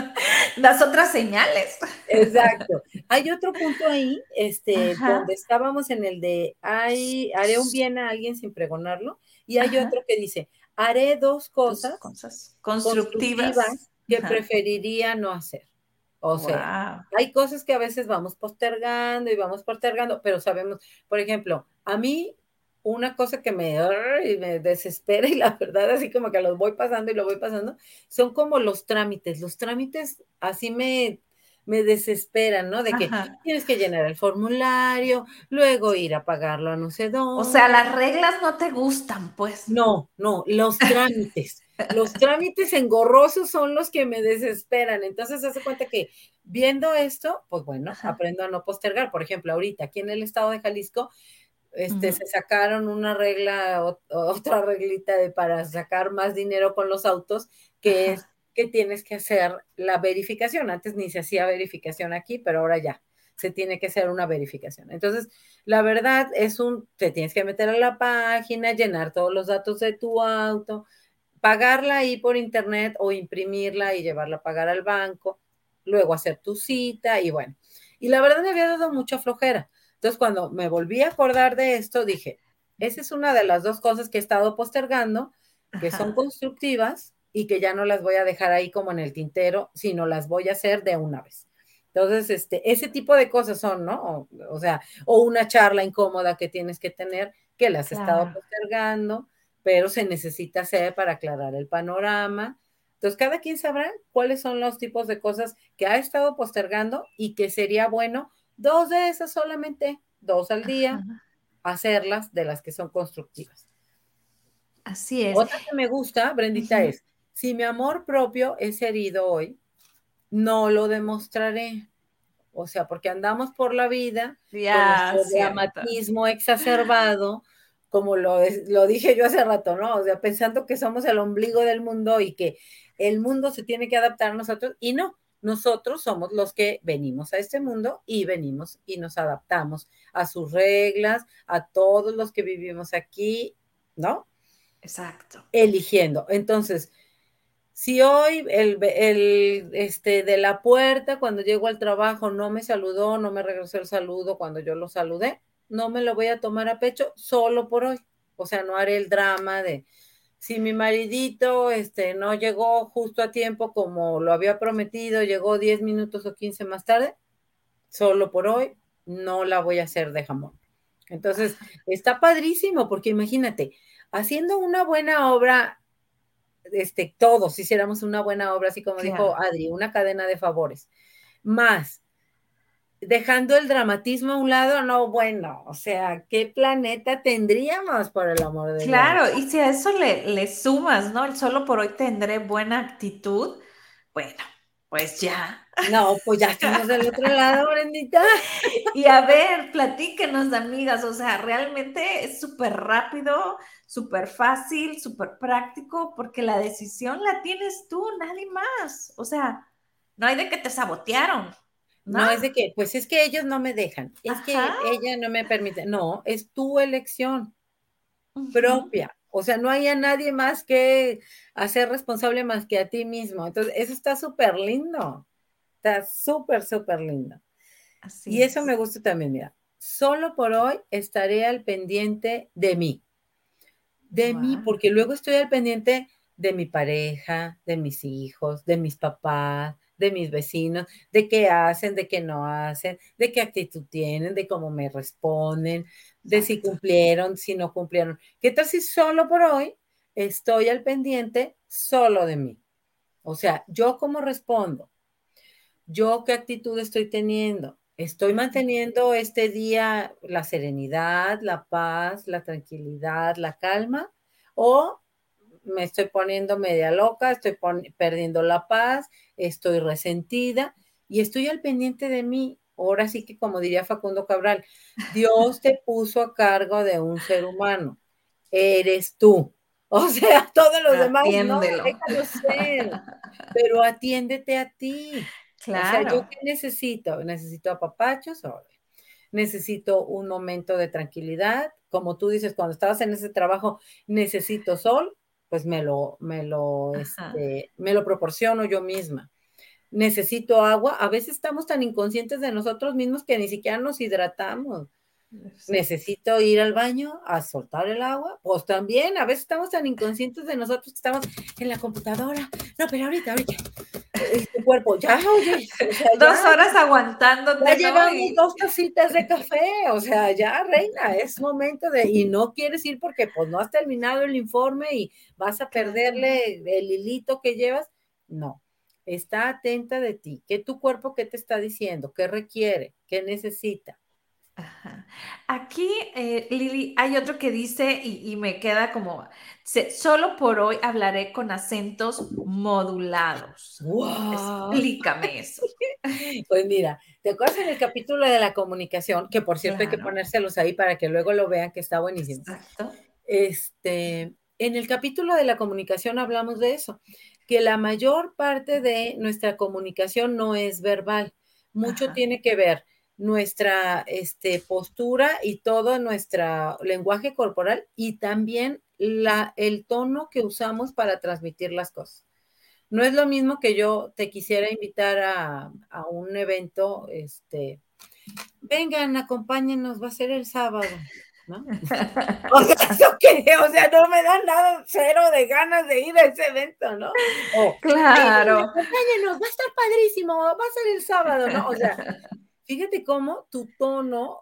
las otras señales. Exacto. Hay otro punto ahí, este, donde Ajá, estábamos en el de, ay, haré un bien a alguien sin pregonarlo, y hay ajá. otro que dice, haré dos Tus cosas cosas constructivas. constructivas que Ajá. preferiría no hacer. O sea, Wow. hay cosas que a veces vamos postergando y vamos postergando, pero sabemos, por ejemplo, a mí una cosa que me, ay, me desespera y la verdad así como que los voy pasando y lo voy pasando, son como los trámites. Los trámites así me, me desesperan, ¿no? De que Ajá. tienes que llenar el formulario, luego ir a pagarlo a no sé O sea, dónde. las reglas no te gustan, pues. No, no, los trámites. Los trámites engorrosos son los que me desesperan. Entonces, hace cuenta que viendo esto, pues bueno, Ajá. aprendo a no postergar. Por ejemplo, ahorita aquí en el estado de Jalisco, este, Ujú. se sacaron una regla, o- otra reglita de para sacar más dinero con los autos, que es Ajá. que tienes que hacer la verificación. Antes ni se hacía verificación aquí, pero ahora ya se tiene que hacer una verificación. Entonces, la verdad es un, te tienes que meter a la página, llenar todos los datos de tu auto, pagarla ahí por internet o imprimirla y llevarla a pagar al banco, luego hacer tu cita y bueno. Y la verdad me había dado mucha flojera. Entonces, cuando me volví a acordar de esto, dije, esa es una de las dos cosas que he estado postergando, que son Ajá. constructivas y que ya no las voy a dejar ahí como en el tintero, sino las voy a hacer de una vez. Entonces, este, ese tipo de cosas son, ¿no? O, o sea, o una charla incómoda que tienes que tener, que las has estado Claro. postergando, pero se necesita hacer para aclarar el panorama. Entonces, cada quien sabrá cuáles son los tipos de cosas que ha estado postergando y que sería bueno Dos de esas solamente, dos al día, Ajá. hacerlas de las que son constructivas. Así es. Otra que me gusta, Brendita, Ujú. es, si mi amor propio es herido hoy, no lo demostraré. O sea, porque andamos por la vida con Ya, nuestro cierto. dramatismo exacerbado, como lo, lo dije yo hace rato, ¿no? O sea, pensando que somos el ombligo del mundo y que el mundo se tiene que adaptar a nosotros, y no, nosotros somos los que venimos a este mundo y venimos y nos adaptamos a sus reglas, a todos los que vivimos aquí, ¿no? Exacto. Eligiendo. Entonces, si hoy el, el este, de la puerta, cuando llego al trabajo, no me saludó, no me regresó el saludo cuando yo lo saludé, no me lo voy a tomar a pecho solo por hoy. O sea, no haré el drama de si mi maridito este, no llegó justo a tiempo como lo había prometido, llegó diez minutos o quince más tarde, solo por hoy, no la voy a hacer de jamón. Entonces, está padrísimo porque imagínate, haciendo una buena obra este, todos hiciéramos una buena obra, así como dijo Claro. Adri, una cadena de favores. Más, dejando el dramatismo a un lado, no, bueno, o sea, ¿qué planeta tendríamos, por el amor de Dios? Claro, y si a eso le, le sumas, ¿no? El solo por hoy tendré buena actitud, bueno, pues ya. No, pues ya estamos del otro lado, Brendita. Y a ver, platíquenos, amigas, o sea, realmente es súper rápido, súper fácil, súper práctico, porque la decisión la tienes tú, nadie más. O sea, no hay de que te sabotearon, ¿no? No es de que, pues es que ellos no me dejan, es Ajá. que ella no me permite. No, es tu elección Ujú. propia. O sea, no hay a nadie más que hacer responsable más que a ti mismo. Entonces, eso está súper lindo. Está súper, súper lindo. Así Y eso me es. gusta también, mira. Solo por hoy estaré al pendiente de mí, de mí, Wow. porque luego estoy al pendiente de mi pareja, de mis hijos, de mis papás, de mis vecinos, de qué hacen, de qué no hacen, de qué actitud tienen, de cómo me responden, de si Exacto. cumplieron, si no cumplieron. ¿Qué tal si solo por hoy estoy al pendiente solo de mí? O sea, yo cómo respondo, yo qué actitud estoy teniendo. Estoy manteniendo este día la serenidad, la paz, la tranquilidad, la calma, o me estoy poniendo media loca, estoy perdiendo la paz, estoy resentida y estoy al pendiente de mí. Ahora sí que, como diría Facundo Cabral, Dios te puso a cargo de un ser humano, eres tú. O sea, todos los demás no, Atiéndelo. déjalo ser, pero atiéndete a ti. O sea, ¿yo Claro. qué necesito? Necesito apapachos, órale. Necesito un momento de tranquilidad. Como tú dices, cuando estabas en ese trabajo, necesito sol, pues me lo, me lo, Ajá. este, me lo proporciono yo misma. Necesito agua. A veces estamos tan inconscientes de nosotros mismos que ni siquiera nos hidratamos. Exacto. Necesito ir al baño a soltar el agua, pues también, a veces estamos tan inconscientes de nosotros que estamos en la computadora. No, pero ahorita, ahorita, este cuerpo, ya, oye, o sea, ya, Dos horas ya aguantándote, ¿no? llevamos Y dos tacitas de café, o sea, ya, reina, es momento de, y no quieres ir porque pues no has terminado el informe y vas a claro. perderle el hilito que llevas. No, está atenta de ti. ¿Qué tu cuerpo qué te está diciendo? ¿Qué requiere? ¿Qué necesita? Ajá. Aquí, eh, Lili, hay otro que dice, y, y me queda como, se- solo por hoy hablaré con acentos modulados. ¡Wow! Explícame eso. Pues mira, ¿te acuerdas en el capítulo de la comunicación? Que por cierto hay que Claro, ponérselos ahí para que luego lo vean, que está buenísimo. exacto. Este, en el capítulo de la comunicación hablamos de eso, que la mayor parte de nuestra comunicación no es verbal. Mucho Ajá. tiene que ver nuestra este, postura y todo nuestro lenguaje corporal y también la, el tono que usamos para transmitir las cosas. No es lo mismo que yo te quisiera invitar a, a un evento, este, vengan, acompáñenos, va a ser el sábado, ¿no? O sea, ¿eso qué? O sea, no me da nada, cero de ganas de ir a ese evento, ¿no? O, vengan, Claro. acompáñenos, va a estar padrísimo, va a ser el sábado, ¿no? O sea, fíjate cómo tu tono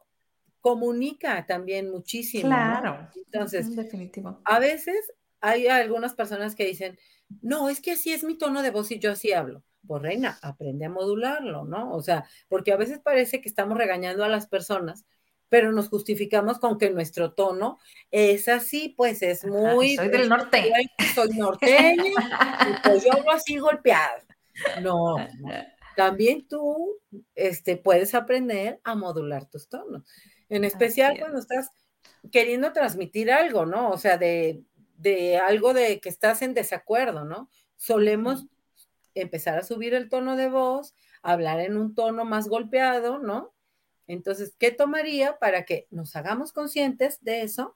comunica también muchísimo, ¿no? Claro. Entonces, Ujú, definitivo. a veces hay algunas personas que dicen, no, es que así es mi tono de voz y yo así hablo. pues reina, aprende a modularlo, ¿no? O sea, porque a veces parece que estamos regañando a las personas, pero nos justificamos con que nuestro tono es así, pues es Ajá, muy, soy del este, norte. fuerte, soy norteña, y pues yo hablo así golpeada. No, no. También tú, este, puedes aprender a modular tus tonos. En especial Así es. cuando estás queriendo transmitir algo, ¿no? O sea, de, de algo de que estás en desacuerdo, ¿no? Solemos Ujú. empezar a subir el tono de voz, hablar en un tono más golpeado, ¿no? Entonces, ¿qué tomaría para que nos hagamos conscientes de eso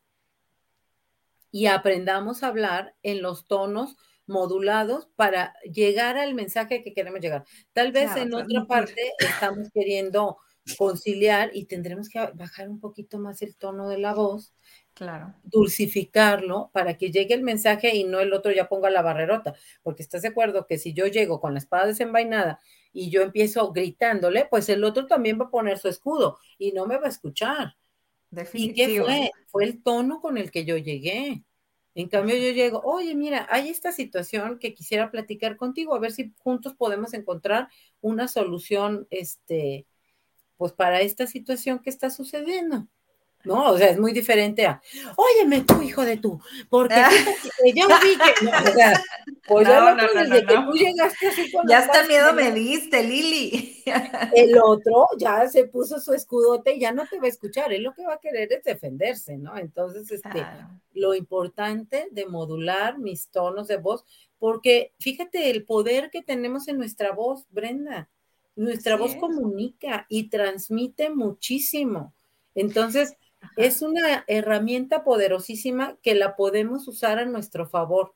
y aprendamos a hablar en los tonos modulados para llegar al mensaje que queremos llegar? Tal vez Claro, en otra transmitir. parte estamos queriendo conciliar y tendremos que bajar un poquito más el tono de la voz, Claro. dulcificarlo para que llegue el mensaje y no el otro ya ponga la barrerota, porque estás de acuerdo que si yo llego con la espada desenvainada y yo empiezo gritándole, pues el otro también va a poner su escudo y no me va a escuchar. ¿Y qué Definitivo. fue? Fue el tono con el que yo llegué. En cambio, yo llego, oye, mira, hay esta situación que quisiera platicar contigo, a ver si juntos podemos encontrar una solución, este, pues para esta situación que está sucediendo. ¿No? O sea, es muy diferente a, óyeme tú, hijo de tú, porque fíjate que ya ubique, no, o sea, pues ya el No, otro no, no, no, desde que no. tú llegaste así con Ya las hasta patas miedo en me el, diste, Lili. el otro ya se puso su escudote y ya no te va a escuchar, él lo que va a querer es defenderse, ¿no? Entonces, este, Claro. lo importante de modular mis tonos de voz, porque fíjate el poder que tenemos en nuestra voz, Brenda, nuestra Así voz es. comunica y transmite muchísimo. Entonces, Ajá. es una herramienta poderosísima que la podemos usar a nuestro favor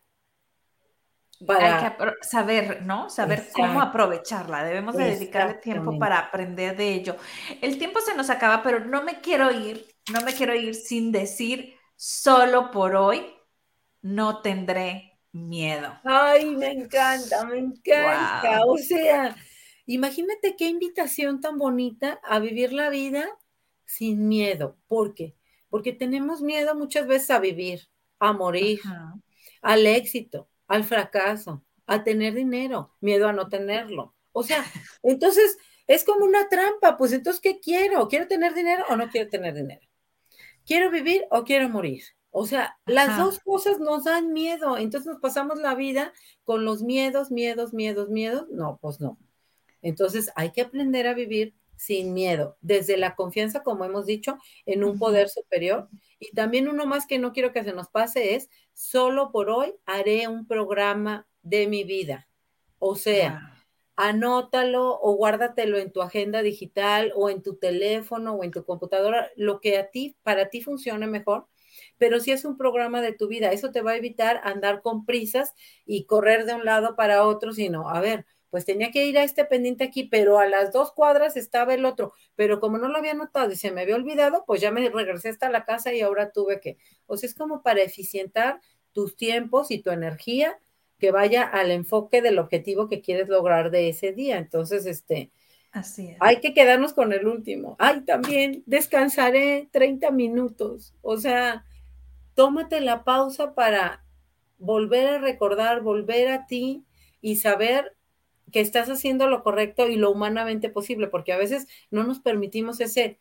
Hay que para... apro- saber, ¿no? Saber cómo Exact, aprovecharla. Debemos de dedicarle tiempo exactamente. para aprender de ello. El tiempo se nos acaba, pero no me quiero ir, no me quiero ir sin decir, solo por hoy no tendré miedo. Ay, me encanta, me encanta. Wow. O sea, imagínate qué invitación tan bonita a vivir la vida sin miedo. ¿Por qué? Porque tenemos miedo muchas veces a vivir, a morir, Ajá. al éxito, al fracaso, a tener dinero, miedo a no tenerlo. O sea, entonces es como una trampa. Pues entonces, ¿qué quiero? ¿Quiero tener dinero o no quiero tener dinero? ¿Quiero vivir o quiero morir? O sea, las dos Ajá. cosas nos dan miedo, entonces nos pasamos la vida con los miedos, miedos, miedos, miedos. No, pues no. Entonces hay que aprender a vivir sin miedo, desde la confianza, como hemos dicho, en un Ujú. poder superior. Y también uno más que no quiero que se nos pase es, solo por hoy haré un programa de mi vida. O sea, Wow. anótalo o guárdatelo en tu agenda digital o en tu teléfono o en tu computadora, lo que a ti, para ti funcione mejor, pero si es un programa de tu vida, eso te va a evitar andar con prisas y correr de un lado para otro, sino, a ver, pues tenía que ir a este pendiente aquí, pero a las dos cuadras estaba el otro, pero como no lo había notado y se me había olvidado, pues ya me regresé hasta la casa y ahora tuve que, o sea, es como para eficientar tus tiempos y tu energía que vaya al enfoque del objetivo que quieres lograr de ese día. Entonces, este, Así es. hay que quedarnos con el último. Ay, también descansaré treinta minutos. O sea, tómate la pausa para volver a recordar, volver a ti y saber que estás haciendo lo correcto y lo humanamente posible, porque a veces no nos permitimos ese,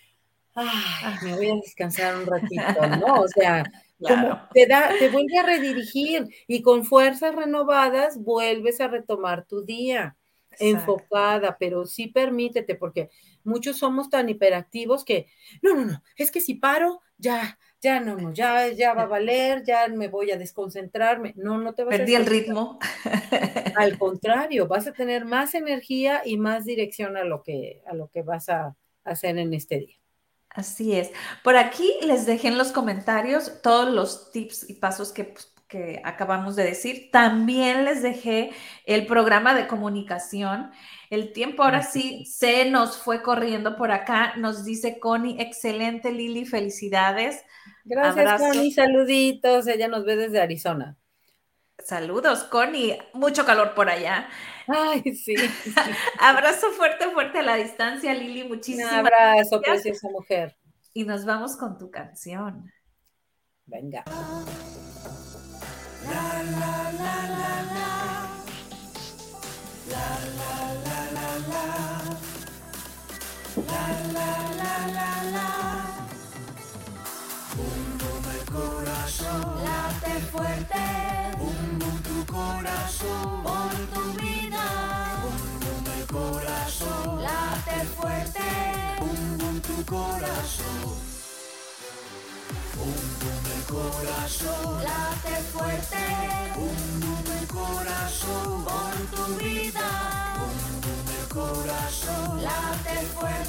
ay, me voy a descansar un ratito, ¿no? O sea, como Claro. te da, te vuelve a redirigir y con fuerzas renovadas vuelves a retomar tu día Exacto. enfocada, pero sí permítete, porque muchos somos tan hiperactivos que, no, no, no, es que si paro, ya, ya, no, no, ya, ya va a valer, ya me voy a desconcentrarme. No, no te vas a Perdí el desconcentrar. ritmo. Al contrario, vas a tener más energía y más dirección a lo que, a lo que vas a hacer en este día. Así es. Por aquí les dejé en los comentarios todos los tips y pasos que, pues, que acabamos de decir. También les dejé el programa de comunicación. El tiempo ahora sí se nos fue corriendo por acá. Nos dice Connie, excelente Lili, felicidades. Gracias, Abrazo. Connie. Saluditos. Ella nos ve desde Arizona. Saludos, Connie. Mucho calor por allá. Ay, sí. Abrazo fuerte, fuerte a la distancia, Lili. Un Muchísimas abrazo, gracias. preciosa mujer. Y nos vamos con tu canción. Venga. La la la la la. La La la la la la. Bum bum el corazón. Late fuerte. Bum bum tu corazón. Por tu vida. Bum bum el corazón. Late fuerte. Bum bum tu corazón. Bum bum el corazón. Late fuerte. Bum bum el corazón. Por tu vida. Bum bum el corazón. Late fuerte.